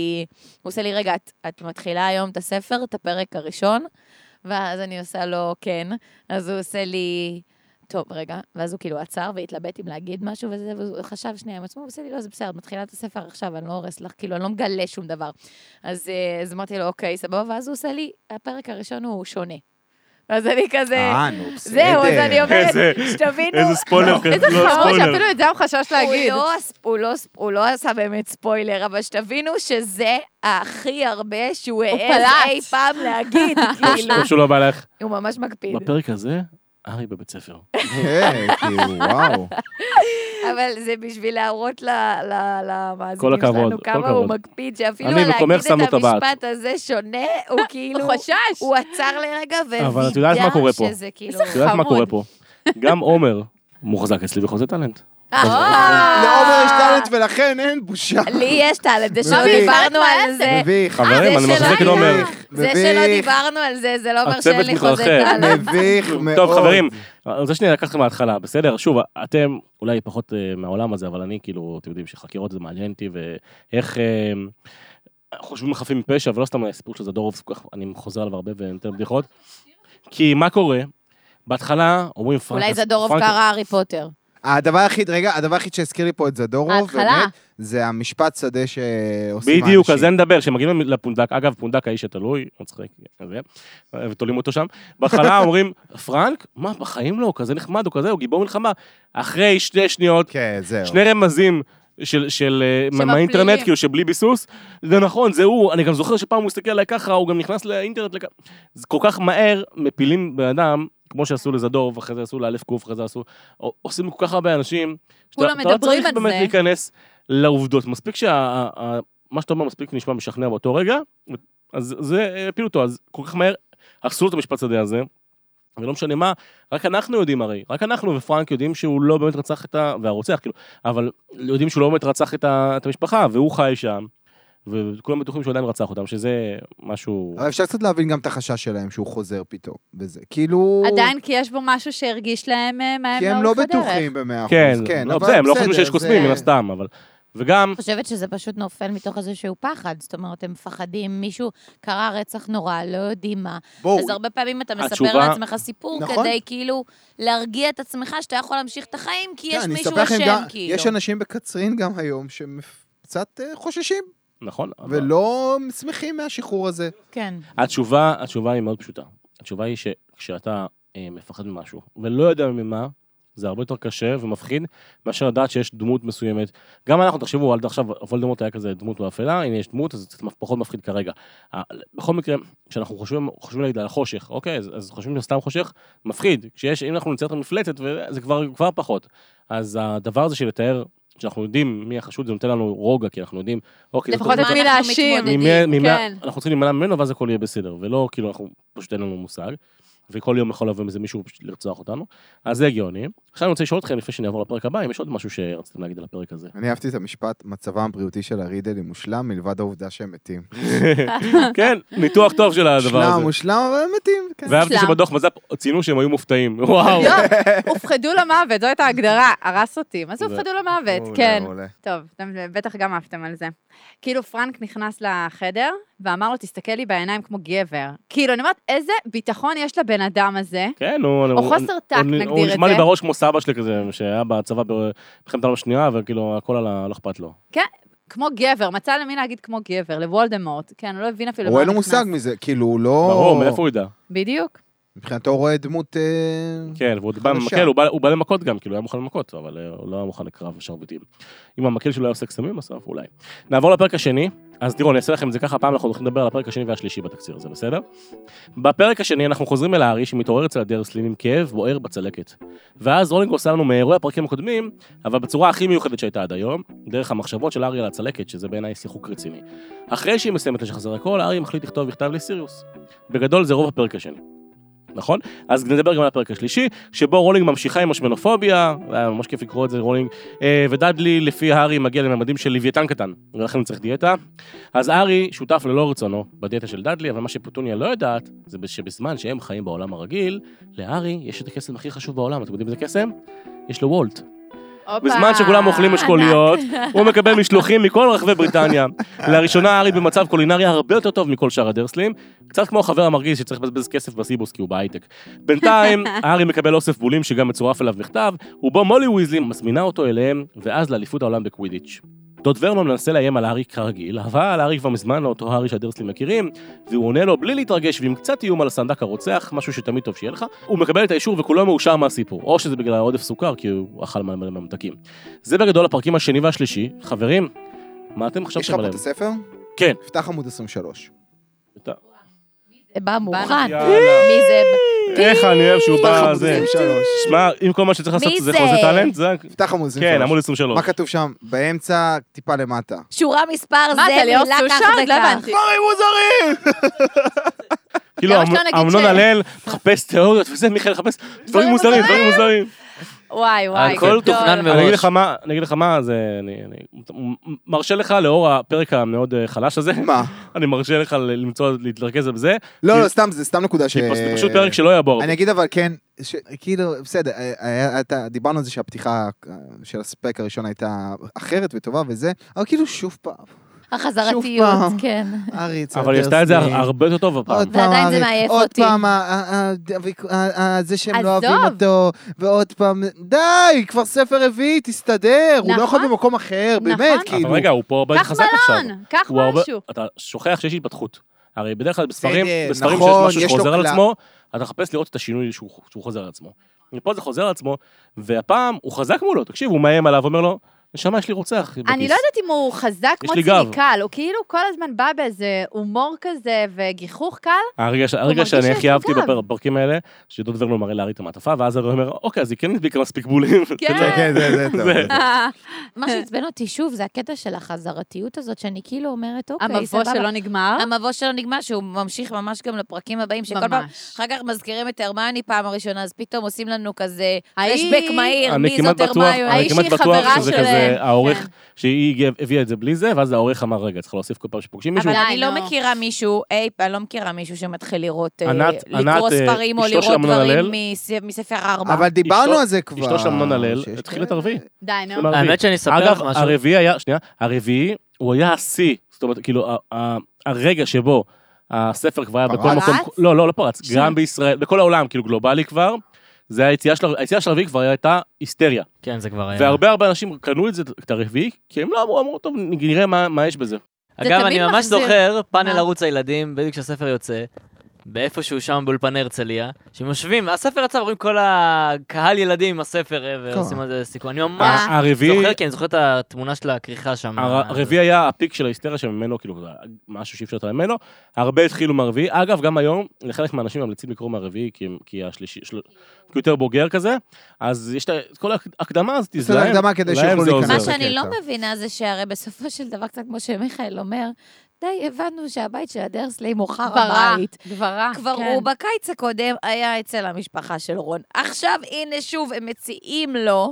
[SPEAKER 4] לי, רגע, את מתחילה היום את הספר, את הפרק הראשון, ואז אני עושה לו כן, אז הוא עושה לי, טוב, רגע, ואז הוא כאילו עצר והתלבט אם להגיד משהו וזה, והוא חשב שנייה עם עצמו, הוא עושה לי, לא, זה בסדר, מתחילה את הספר עכשיו, אני לא הורס לך, כאילו, אני לא מגלה שום דבר. אז אמרתי לו, אוקיי, סבבה, ואז הוא עושה לי, הפרק הראשון הוא שונה. אז אני כזה,
[SPEAKER 2] נו, בסדר.
[SPEAKER 4] זהו, אז אני אומרת, שתבינו,
[SPEAKER 1] איזה ספוילר כזה,
[SPEAKER 3] איזה
[SPEAKER 1] לא
[SPEAKER 3] חמור
[SPEAKER 1] ספוילר.
[SPEAKER 3] שאפילו את זה הוא חשש להגיד.
[SPEAKER 4] הוא לא עשה באמת ספוילר, אבל שתבינו שזה הכי הרבה שהוא העז
[SPEAKER 3] פלט.
[SPEAKER 4] אי פעם להגיד, כאילו.
[SPEAKER 1] טוב שהוא לא בא לך.
[SPEAKER 4] הוא ממש מקפיד.
[SPEAKER 1] בפרק הזה, ארי בבית ספר.
[SPEAKER 2] כן, כאילו, וואו.
[SPEAKER 4] אבל זה בשביל להראות למאזינים
[SPEAKER 1] כל הכבוד,
[SPEAKER 4] שלנו
[SPEAKER 1] כל
[SPEAKER 4] כמה הוא
[SPEAKER 1] הכבוד.
[SPEAKER 4] מקפיד, שאפילו
[SPEAKER 1] אני
[SPEAKER 4] להגיד
[SPEAKER 1] במקומך שם לו
[SPEAKER 4] את
[SPEAKER 1] טבעת.
[SPEAKER 4] המשפט הזה שונה, הוא כאילו,
[SPEAKER 3] הוא חושש.
[SPEAKER 4] הוא עצר לרגע
[SPEAKER 1] אבל את יודעת מה קורה פה?
[SPEAKER 4] שזה כאילו...
[SPEAKER 1] את יודעת מה קורה פה? גם עומר מוחזק אצלי בחוזה טלנט.
[SPEAKER 2] לעומר יש טלנט ולכן אין בושה.
[SPEAKER 4] לי יש טלנט, זה שלא
[SPEAKER 3] מביך.
[SPEAKER 4] דיברנו על זה.
[SPEAKER 2] מביך.
[SPEAKER 1] חברים, אני מחזיק את עומר.
[SPEAKER 4] זה שלא דיברנו על זה, זה לא אומר שאין לי
[SPEAKER 1] הצוות
[SPEAKER 4] חוזה
[SPEAKER 1] מתרחב.
[SPEAKER 4] טלנט.
[SPEAKER 2] מביך מאוד.
[SPEAKER 1] טוב, חברים, אני רוצה שנייה לקחת מההתחלה, בסדר? שוב, אתם אולי פחות מהעולם הזה, אבל אני כאילו, אתם יודעים שחקירות זה מעניין אותי, ואיך חושבים חפים מפשע, ולא סתם הסיפור של זדורוב, אני חוזר עליו הרבה ונותן בדיחות. כי מה קורה? בהתחלה אומרים פרנק...
[SPEAKER 4] אולי זדורוב קרא הארי פוטר.
[SPEAKER 2] הדבר היחיד שהזכיר לי פה את זדורוב,
[SPEAKER 3] ההתחלה.
[SPEAKER 2] באמת, זה המשפט שדה שעושים
[SPEAKER 1] בדיוק, על זה נדבר, כשמגיעים לפונדק, אגב, פונדק האיש התלוי, מצחיק, ותולים אותו שם, בהתחלה אומרים, פרנק, מה, בחיים לא, הוא כזה נחמד, הוא כזה, הוא גיבור מלחמה, אחרי 2 שניות,
[SPEAKER 2] כן, זהו.
[SPEAKER 1] 2 רמזים של מהאינטרנט, כאילו שבלי ביסוס, זה נכון, זה הוא, אני גם זוכר שפעם הוא הסתכל עליי ככה, הוא גם נכנס לאינטרנט, זה כל כך מהר, מפילים באדם, כמו שעשו לזדור, ואחרי זה עשו לאלף קוף, אחרי זה עשו, עושים כל כך הרבה אנשים,
[SPEAKER 3] כולם
[SPEAKER 1] שאתה לא
[SPEAKER 3] מדברים
[SPEAKER 1] צריך
[SPEAKER 3] על
[SPEAKER 1] באמת
[SPEAKER 3] זה.
[SPEAKER 1] להיכנס לעובדות, מספיק מה שאתה אומר מספיק נשמע משכנע באותו רגע, אז זה הפילו אותו, אז כל כך מהר הרסו לו את המשפט שדה הזה, ולא משנה מה, רק אנחנו יודעים הרי, רק אנחנו ופרנק יודעים שהוא לא באמת רצח והרוצח, כאילו, אבל יודעים שהוא לא באמת רצח את המשפחה, והוא חי שם, וכולם בטוחים שהוא עדיין רצח אותם, שזה משהו...
[SPEAKER 2] אבל אפשר קצת להבין גם את החשש שלהם שהוא חוזר פתאום בזה. כאילו...
[SPEAKER 3] עדיין כי יש בו משהו שהרגיש להם מהם
[SPEAKER 2] כי הם לא
[SPEAKER 3] לאורך הדרך.
[SPEAKER 2] בטוחים ב100%.
[SPEAKER 1] כן, לא, הם לא חושבים שיש קוסמים מן הסתם, אבל... וגם...
[SPEAKER 4] אני חושבת שזה פשוט נופל מתוך איזשהו פחד, זאת אומרת, הם מפחדים, מישהו קרא רצח נורא, לא יודעים מה. אז הרבה פעמים אתה מספר לעצמך סיפור, כדי כאילו להרגיע את עצמך שאתה יכול להמשיך את החיים, כי יש מישהו אשם, כאילו.
[SPEAKER 2] יש אנשים בקצרין גם היום שקצת חוששים.
[SPEAKER 1] נכון.
[SPEAKER 2] ולא שמחים מהשחרור הזה.
[SPEAKER 4] כן.
[SPEAKER 1] התשובה היא מאוד פשוטה. התשובה היא שכשאתה מפחד ממשהו, ולא יודע ממה, זה הרבה יותר קשה ומפחיד, מאשר לדעת שיש דמות מסוימת. גם אנחנו, תחשבו, עד עכשיו, וולדמורט היה כזה דמות באפלה, הנה יש דמות, אז זה פחות מפחיד כרגע. בכל מקרה, כשאנחנו חושבים להגיד על החושך, אוקיי, אז חושבים שסתם חושך, מפחיד. אם אנחנו נצייר את המפלצת, זה כבר פחות. אז הדבר הזה של לתאר, שאנחנו יודעים מי החשוד, זה נותן לנו רוגע, כי אנחנו יודעים, אוקיי,
[SPEAKER 3] לפחות את מי להאשים.
[SPEAKER 1] אנחנו צריכים להימנע ממנו, ואז הכל יהיה בסדר, ולא כאילו אנחנו פשוט אין לנו מושג. וכל יום יכול לבוא מזה מישהו לרצוח אותנו, אז זה הגיוני. עכשיו אני רוצה לשאול אתכם, לפני שאני אעבור לפרק הבא, אם יש עוד משהו שרציתם להגיד על הפרק הזה.
[SPEAKER 2] אני אהבתי את המשפט, מצבם הבריאותי של הרידלים מושלם, מלבד העובדה שהם מתים.
[SPEAKER 1] כן, ניתוח טוב של הדבר הזה.
[SPEAKER 2] מושלם, אבל הם מתים.
[SPEAKER 1] ואהבתי שבדוח מז"פ ציינו שהם היו מופתעים, וואו.
[SPEAKER 3] הופחדו למוות, זו הייתה הגדרה, הרס אותי. מה זה הופחדו למוות? כן. טוב, אתם בטח גם אהבתם על זה. כאילו פרנק נכנס לחדר, ואמר לו, תסתכל לי בעיניים כמו גבר. כאילו, אני אומרת, איזה ביטחון יש לבן אדם הזה?
[SPEAKER 1] כן,
[SPEAKER 3] או חוסר טק, נגדיר את זה.
[SPEAKER 1] הוא נשמע לי בראש כמו סבא שלי כזה, שהיה בצבא במלחמת העולם השנייה, וכאילו, הכל לא אכפת לו.
[SPEAKER 3] כן, כמו גבר, מצא למי להגיד כמו גבר, לוולדמורט. כן, הוא לא הבין אפילו
[SPEAKER 2] הוא אין לו מושג מזה, כאילו, הוא לא...
[SPEAKER 1] ברור, מאיפה הוא ידע?
[SPEAKER 3] בדיוק.
[SPEAKER 2] מבחינתו הוא רואה דמות
[SPEAKER 1] כן, והוא בא למקל, הוא בא למכות גם, כאילו, הוא היה מוכן למכות, אבל הוא לא היה מוכן לקרב ושרביטים. אם המקל שלו היה עושה קסמים בסוף, אולי. נעבור לפרק השני, אז תראו, אני אעשה לכם את זה ככה, פעם אנחנו הולכים לדבר על הפרק השני והשלישי בתקציר הזה, בסדר? בפרק השני אנחנו חוזרים אל הארי, שמתעורר אצל הדרסלים עם כאב בוער בצלקת. ואז רולינג עושה לנו מאירועי הפרקים הקודמים, אבל בצורה הכי מיוחדת שהייתה עד היום, דרך המחשבות של הארי על הצלקת, שזה בעיניי שיחוק רציני. אחרי שהיא מסיימת לשחזר הכל, הארי מחליט לכתוב מכתב לסיריוס. בגדול זה רוב הפרק השני. נכון? אז נדבר גם על הפרק השלישי, שבו רולינג ממשיכה עם השמנופוביה, היה ממש כיף לקרוא את זה רולינג, ודאדלי לפי הארי מגיע לממדים של לוויתן קטן, ולכן הוא צריך דיאטה. אז הארי שותף ללא רצונו בדיאטה של דאדלי, אבל מה שפטוניה לא יודעת, זה שבזמן שהם חיים בעולם הרגיל, להארי יש את הקסם הכי חשוב בעולם. אתם יודעים איזה קסם? יש לו וולט. בזמן שכולם אוכלים אשכוליות, הוא מקבל משלוחים מכל רחבי בריטניה. לראשונה הארי במצב קולינרי הרבה יותר טוב מכל שאר הדרסלים, קצת כמו החבר המרגיז שצריך לבזבז כסף בסיבוס כי הוא בהייטק. בינתיים, הארי מקבל אוסף בולים שגם מצורף אליו מכתב, ובו מולי ויזלי מזמינה אותו אליהם, ואז לאליפות העולם בקווידיץ'. דוד ורנון מנסה לאיים על הארי כרגיל, אבל הארי כבר מזמן לאותו הארי שהדרסלים מכירים, והוא עונה לו בלי להתרגש ועם קצת איום על הסנדק הרוצח, משהו שתמיד טוב שיהיה לך, הוא מקבל את האישור וכולו מאושר מהסיפור, או שזה בגלל העודף סוכר, כי הוא אכל מלא ממתקים. זה בגדול הפרקים השני והשלישי. חברים, מה אתם חשבתם עליהם?
[SPEAKER 2] יש לך פה את הספר?
[SPEAKER 1] כן.
[SPEAKER 2] פתח עמוד 23.
[SPEAKER 4] זה בא מוכן.
[SPEAKER 1] מי
[SPEAKER 4] זה?
[SPEAKER 1] איך אני אוהב שהוא בא זה. שמע, אם כל מה שצריך לעשות זה חוזה טלנט, זה...
[SPEAKER 2] פתח עמוד 23.
[SPEAKER 1] כן, עמוד 23.
[SPEAKER 2] מה כתוב שם? באמצע, טיפה למטה.
[SPEAKER 4] שורה מספר זה, מילה כך וכך.
[SPEAKER 2] דברים מוזרים!
[SPEAKER 1] כאילו, אמנון הלל מחפש תיאוריות, וזה מיכאל מחפש דברים מוזרים, דברים מוזרים.
[SPEAKER 3] וואי,
[SPEAKER 5] הכל תוכנן מראש.
[SPEAKER 1] אני אגיד לך מה, אני מרשה לך לאור הפרק המאוד חלש הזה.
[SPEAKER 2] מה?
[SPEAKER 1] אני מרשה לך להתרכז על זה.
[SPEAKER 2] לא, סתם, זה סתם נקודה
[SPEAKER 1] זה פשוט פרק שלא יעבור.
[SPEAKER 2] אני אגיד אבל כן, כאילו, בסדר, דיברנו על זה שהפתיחה של הספק הראשון הייתה אחרת וטובה וזה, אבל כאילו שוב פעם.
[SPEAKER 4] החזרתיות, כן.
[SPEAKER 1] אבל היא עשתה את זה הרבה יותר טוב הפעם.
[SPEAKER 4] ועדיין זה מעייף אותי.
[SPEAKER 2] עוד פעם, זה שהם לא אוהבים אותו, ועוד פעם, די, כבר ספר רביעי, תסתדר, הוא לא יכול במקום אחר, באמת, כאילו.
[SPEAKER 1] אבל רגע, הוא פה הרבה חזק עכשיו.
[SPEAKER 3] קח משהו.
[SPEAKER 1] אתה שוכח שיש התפתחות. הרי בדרך כלל בספרים שיש משהו שחוזר על עצמו, אתה מחפש לראות את השינוי שהוא חוזר על עצמו. ופה זה חוזר על עצמו, והפעם הוא חזק מולו, תקשיב, הוא מאיים עליו, אומר לו, נשמה, יש לי רוצח בכיס.
[SPEAKER 3] אני לא יודעת אם הוא חזק כמו
[SPEAKER 1] לי גב.
[SPEAKER 3] ציניקל, הוא כאילו כל הזמן בא באיזה הומור כזה וגיחוך קל.
[SPEAKER 1] הרגע
[SPEAKER 3] מרגיש
[SPEAKER 1] שאני
[SPEAKER 3] שיש
[SPEAKER 1] הכי
[SPEAKER 3] לו
[SPEAKER 1] אהבתי
[SPEAKER 3] גב.
[SPEAKER 1] בפרקים האלה, שדוד ורנו מראה להרי את המעטפה, ואז הוא אומר, אוקיי, אז היא כן הדביקה מספיק בולים.
[SPEAKER 2] כן, זה טוב.
[SPEAKER 4] מה שעצבן אותי שוב, זה הקטע של החזרתיות הזאת, שאני כאילו אומרת, אוקיי,
[SPEAKER 3] המבוא שלא נגמר.
[SPEAKER 4] המבוא שלו נגמר, שהוא ממשיך ממש גם לפרקים הבאים, שכל פעם, אחר כך מזכירים את הרמיוני פעם הראשונה, אז פתאום עושים לנו כזה פלשבק מהיר, מי זאת הרמיוני?
[SPEAKER 1] אני כמעט בטוח שזה
[SPEAKER 3] שלהם.
[SPEAKER 1] כזה, העורך,
[SPEAKER 3] כן.
[SPEAKER 1] שהיא הביאה את זה בלי זה, ואז העורך אמר, רגע, צריך להוסיף כל פעם שפוגשים מישהו.
[SPEAKER 4] אבל
[SPEAKER 3] די,
[SPEAKER 4] אני לא
[SPEAKER 3] נו.
[SPEAKER 4] מכירה מישהו, אני לא מכירה מישהו שמתחיל לראות,
[SPEAKER 1] ענת,
[SPEAKER 4] לקרוא ספרים או
[SPEAKER 1] אשתו של
[SPEAKER 4] לראות
[SPEAKER 1] אמנון
[SPEAKER 4] דברים
[SPEAKER 1] הלל.
[SPEAKER 4] מספר 4.
[SPEAKER 2] אבל דיברנו על זה כבר.
[SPEAKER 1] אשתו של אמנון הלל,
[SPEAKER 2] שיש
[SPEAKER 1] התחיל את הרביעי.
[SPEAKER 3] די, נו.
[SPEAKER 1] כלומר,
[SPEAKER 5] האמת שאני אספר
[SPEAKER 1] אגב,
[SPEAKER 5] לך משהו.
[SPEAKER 1] הרביעי, הוא היה השיא, זאת אומרת, כאילו, הרגע שבו הספר כבר היה בכל
[SPEAKER 2] פרץ?
[SPEAKER 1] מקום, לא פרץ, גם בישראל, בכל העולם, כאילו גלובלי כבר, זה היציאה של הרביעי כבר הייתה היסטריה.
[SPEAKER 5] כן, זה כבר היה.
[SPEAKER 1] והרבה אנשים קנו את הרביעי, כי הם לא אמרו, טוב, נראה מה יש בזה.
[SPEAKER 5] אגב, אני
[SPEAKER 3] תמיד
[SPEAKER 5] ממש
[SPEAKER 3] מחזיר.
[SPEAKER 5] זוכר פאנל
[SPEAKER 3] מה?
[SPEAKER 5] ערוץ הילדים, בדיוק כשהספר יוצא, באיפשהו שם באולפני הרצליה, שהם יושבים, הספר יצא, רואים כל הקהל ילדים עם הספר, ועושים על זה סיכון. אני ממש
[SPEAKER 1] הרביעי,
[SPEAKER 5] זוכר, כי אני זוכר את התמונה של הכריכה שם.
[SPEAKER 1] הרביעי היה הפיק של ההיסטריה שממנו, כאילו, משהו שאי אפשר לתת ממנו, הרבה התחילו מהרביעי, אגב, גם היום, לחלק מהאנשים ממליצים לקרוא מהרביעי, כי השלישי, כי יותר בוגר כזה, אז יש את כל ההקדמה הזאת,
[SPEAKER 2] יש לה הקדמה כדי שיוכלו להיכנס.
[SPEAKER 4] מה
[SPEAKER 2] זה
[SPEAKER 4] שאני לא
[SPEAKER 2] קטע.
[SPEAKER 4] מבינה זה שהרי בסופו של דבר, קצת כמו שמיכאל אומר, די, הבנו שהבית של הדרסלים הוא חר הבית.
[SPEAKER 3] דברה,
[SPEAKER 4] כבר
[SPEAKER 3] כן.
[SPEAKER 4] הוא בקיץ הקודם היה אצל המשפחה של רון. עכשיו, הנה שוב, הם מציעים לו,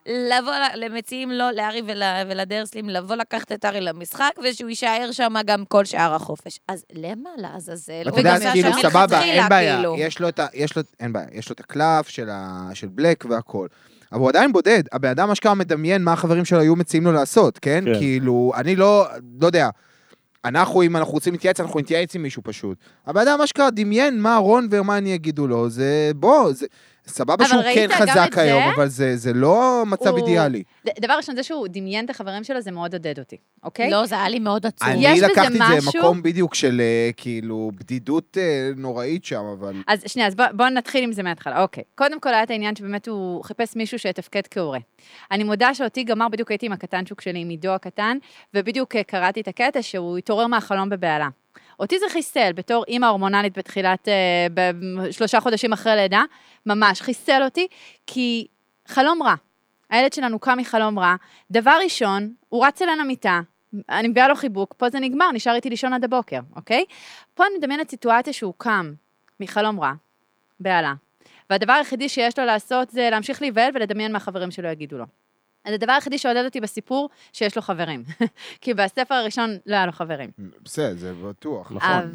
[SPEAKER 4] לארי ולדרסלים, לבוא לקחת את ארי למשחק, ושהוא יישאר שם גם כל שאר החופש. אז למה לעזאזל?
[SPEAKER 2] אתה יודע, כאילו, סבבה, אין בעיה.
[SPEAKER 4] כאילו.
[SPEAKER 2] אין בעיה, יש לו את הקלף של בלק והכל. אבל הוא עדיין בודד. הבן אדם אשכרה מדמיין מה החברים שלו היו מציעים לו לעשות, כן?
[SPEAKER 1] כן.
[SPEAKER 2] כאילו, אני לא יודע. אם אנחנו רוצים להתייעץ, אנחנו נתייעץ עם מישהו פשוט. הבן אדם אשכרה דמיין מה רון והרמיוני יגידו לו. זה, סבבה שהוא כן
[SPEAKER 3] ראית גם את
[SPEAKER 2] חזק
[SPEAKER 3] זה?
[SPEAKER 2] היום, אבל זה לא מצב
[SPEAKER 3] הוא-
[SPEAKER 2] אידיאלי.
[SPEAKER 3] דבר ראשון, זה שהוא דמיין את החברים שלו, זה מאוד עודד אותי, אוקיי?
[SPEAKER 4] לא, זה היה לי מאוד עצוב.
[SPEAKER 2] אני
[SPEAKER 3] יש בזה
[SPEAKER 2] לקחתי את זה
[SPEAKER 3] משהו-
[SPEAKER 2] מקום בדיוק של כאילו בדידות נוראית שם, אבל...
[SPEAKER 3] אז שנייה, אז בואו נתחיל עם זה מההתחלה. אוקיי. קודם כל היה את העניין שבאמת הוא חיפש מישהו שיתפקד כהורה. אני מודה שאותי גמר, בדיוק הייתי עם הקטנצ'וק שלי, עם עידו הקטן, ובדיוק קראתי את הקטע שהוא התעורר מהחלום בבעלה. אותי זה חיסל, בתור אימא הורמונלית בתחילת, 3 חודשים אחרי לידה, ממש חיסל אותי, כי חלום רע. הילד שלנו קם מחלום רע. דבר ראשון, הוא רץ אלינו מיטה, אני מביאה לו חיבוק, פה זה נגמר, נשאר איתי לישון עד הבוקר, אוקיי? פה אני מדמיינת סיטואציה שהוא קם מחלום רע, בעלה, והדבר היחידי שיש לו לעשות זה להמשיך להיבהל ולדמיין מה החברים שלו יגידו לו. אז הדבר היחידי שעודד אותי בסיפור, שיש לו חברים. כי בספר הראשון לא היה לו חברים.
[SPEAKER 2] בסדר, זה בטוח.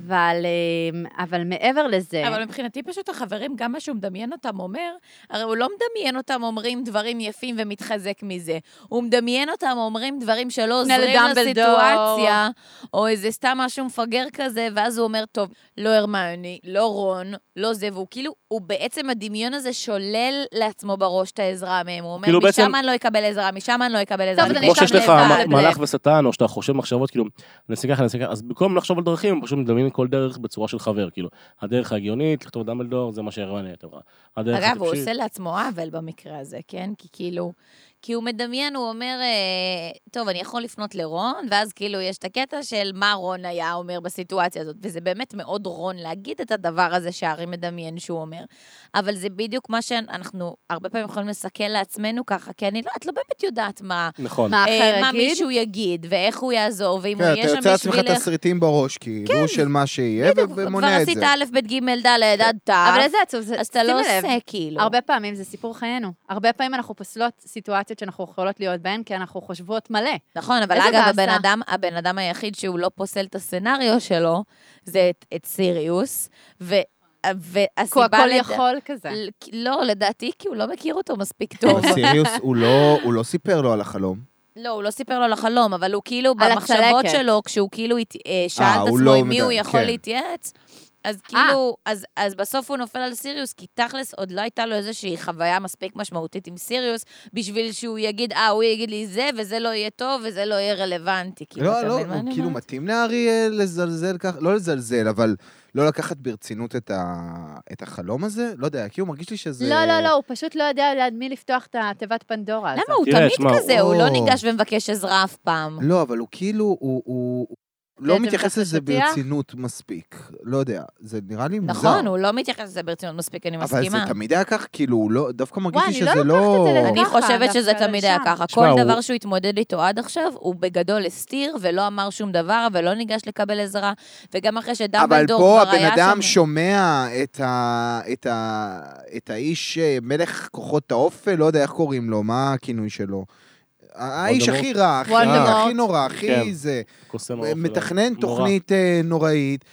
[SPEAKER 3] אבל מעבר לזה...
[SPEAKER 4] אבל מבחינתי פשוט החברים, גם מה שהוא מדמיין אותם אומר, הרי הוא לא מדמיין אותם אומרים דברים יפים ומתחזק מזה. הוא מדמיין אותם אומרים דברים שלא עוזרים לסיטואציה, או איזה סתם משהו מפגר כזה, ואז הוא אומר, טוב, לא הרמיוני, לא רון, לא זה, והוא כאילו, הוא בעצם הדמיון הזה שולל לעצמו בראש את העזרה מהם. הוא אומר,
[SPEAKER 1] כאילו
[SPEAKER 4] משם
[SPEAKER 1] בעצם-
[SPEAKER 4] אני לא אקבל עזרה, משם אני לא אקבל עזרה.
[SPEAKER 3] טוב,
[SPEAKER 4] אני
[SPEAKER 1] כמו
[SPEAKER 3] שם
[SPEAKER 1] שיש לך
[SPEAKER 3] לבד.
[SPEAKER 1] מלאך ושטן, או שאתה חושב מחשבות, כאילו, נעשה ככה, אז במקום לחשוב על דרכים, הם פשוט מדמיינים כל דרך בצורה של חבר, כאילו, הדרך ההגיונית, לכתוב דמבלדור, זה מה שהרמיוני הייתה אמרה. הדרך
[SPEAKER 4] אגב, הוא
[SPEAKER 1] הטיפשית.
[SPEAKER 4] עושה לעצמו עוול במקרה הזה, כן? כי כאילו, כי הוא מדמיין, הוא אומר, טוב, אני יכול לפנות לרון, ואז כאילו יש את הקטע של מה רון היה אומר בסיטואציה הזאת, וזה באמת מאוד רון להגיד את הדבר הזה שהארי מדמיין שהוא אומר. אבל זה בדיוק מה שאנחנו הרבה פעמים יכולים לסכל לעצמנו ככה, כי את לא באמת יודעת מה
[SPEAKER 1] נכון.
[SPEAKER 3] מה אחר
[SPEAKER 4] מה
[SPEAKER 3] יגיד?
[SPEAKER 4] מישהו יגיד, ואיך הוא יעזור, ואם הוא
[SPEAKER 2] כן,
[SPEAKER 4] יהיה
[SPEAKER 2] אתה
[SPEAKER 4] שם
[SPEAKER 2] יוצא לעצמך
[SPEAKER 4] בשבילך.
[SPEAKER 2] תסריטים בראש, כאילו, של מה שיהיה,
[SPEAKER 4] כבר
[SPEAKER 2] ומונע את
[SPEAKER 4] עשית
[SPEAKER 2] זה.
[SPEAKER 4] א', ב', ג', ד', עד ת',
[SPEAKER 3] אבל איזה עצוב,
[SPEAKER 4] אז אתה לא
[SPEAKER 3] שימי לב,
[SPEAKER 4] עושה כאילו.
[SPEAKER 3] הרבה פעמים זה סיפור חיינו. הרבה פעמים אנחנו פוסלות סיטואציות שאנחנו יכולות להיות בהן, כי אנחנו חושבות מלא.
[SPEAKER 4] נכון, אבל
[SPEAKER 3] איזה
[SPEAKER 4] אגב,
[SPEAKER 3] באסה.
[SPEAKER 4] הבן אדם היחיד שהוא לא פוסל את הסצנריו שלו, זה את סיריוס, והסיבה...
[SPEAKER 3] הכל יכול כזה.
[SPEAKER 4] לא, לדעתי, כי הוא לא מכיר אותו מספיק טוב.
[SPEAKER 2] אבל סיריוס, הוא לא סיפר לו על החלום.
[SPEAKER 4] לא, הוא לא סיפר לו על החלום, אבל הוא כאילו,
[SPEAKER 3] על
[SPEAKER 4] במחשבות
[SPEAKER 3] הצלקת.
[SPEAKER 4] שלו, כשהוא כאילו שאל את
[SPEAKER 2] הוא
[SPEAKER 4] עצמו
[SPEAKER 2] לא
[SPEAKER 4] עם מי הוא
[SPEAKER 2] מדע,
[SPEAKER 4] יכול
[SPEAKER 2] כן.
[SPEAKER 4] להתייעץ, אז כאילו, אז בסוף הוא נופל על סיריוס, כי תכלס עוד לא הייתה לו איזושהי חוויה מספיק משמעותית עם סיריוס, בשביל שהוא יגיד, הוא יגיד לי זה, וזה לא יהיה טוב, וזה לא יהיה רלוונטי.
[SPEAKER 2] לא, כאילו מתאים לארי לזלזל ככה, לא לזלזל, אבל לא לקחת ברצינות את החלום הזה? לא יודע, כי הוא מרגיש לי שזה...
[SPEAKER 3] לא, הוא פשוט לא יודע ליד מי לפתוח את התיבת פנדורה הזאת.
[SPEAKER 4] למה? הוא תמיד כזה, הוא לא ניגש ומבקש עזרה אף פעם.
[SPEAKER 2] לא, אבל הוא כאילו, הוא לא מתייחס לזה ברצינות מספיק. לא יודע, זה נראה לי מוזר.
[SPEAKER 4] נכון, הוא לא מתייחס לזה ברצינות מספיק, אני מסכימה.
[SPEAKER 2] אבל זה תמיד היה כך, כאילו, הוא לא, דווקא מרגיש לי שזה לא...
[SPEAKER 4] אני חושבת שזה תמיד היה ככה. כל דבר שהוא התמודד איתו עד עכשיו, הוא בגדול הסתיר, ולא אמר שום דבר, ולא ניגש לקבל עזרה, וגם אחרי שדמבלדור כבר היה שם...
[SPEAKER 2] אבל פה הבן אדם שומע את האיש מלך כוחות האופל, לא יודע איך קוראים לו, מה הכינוי שלו. האיש הכי רע, הכי נורא, הכי זה, מתכנן תוכנית נוראית,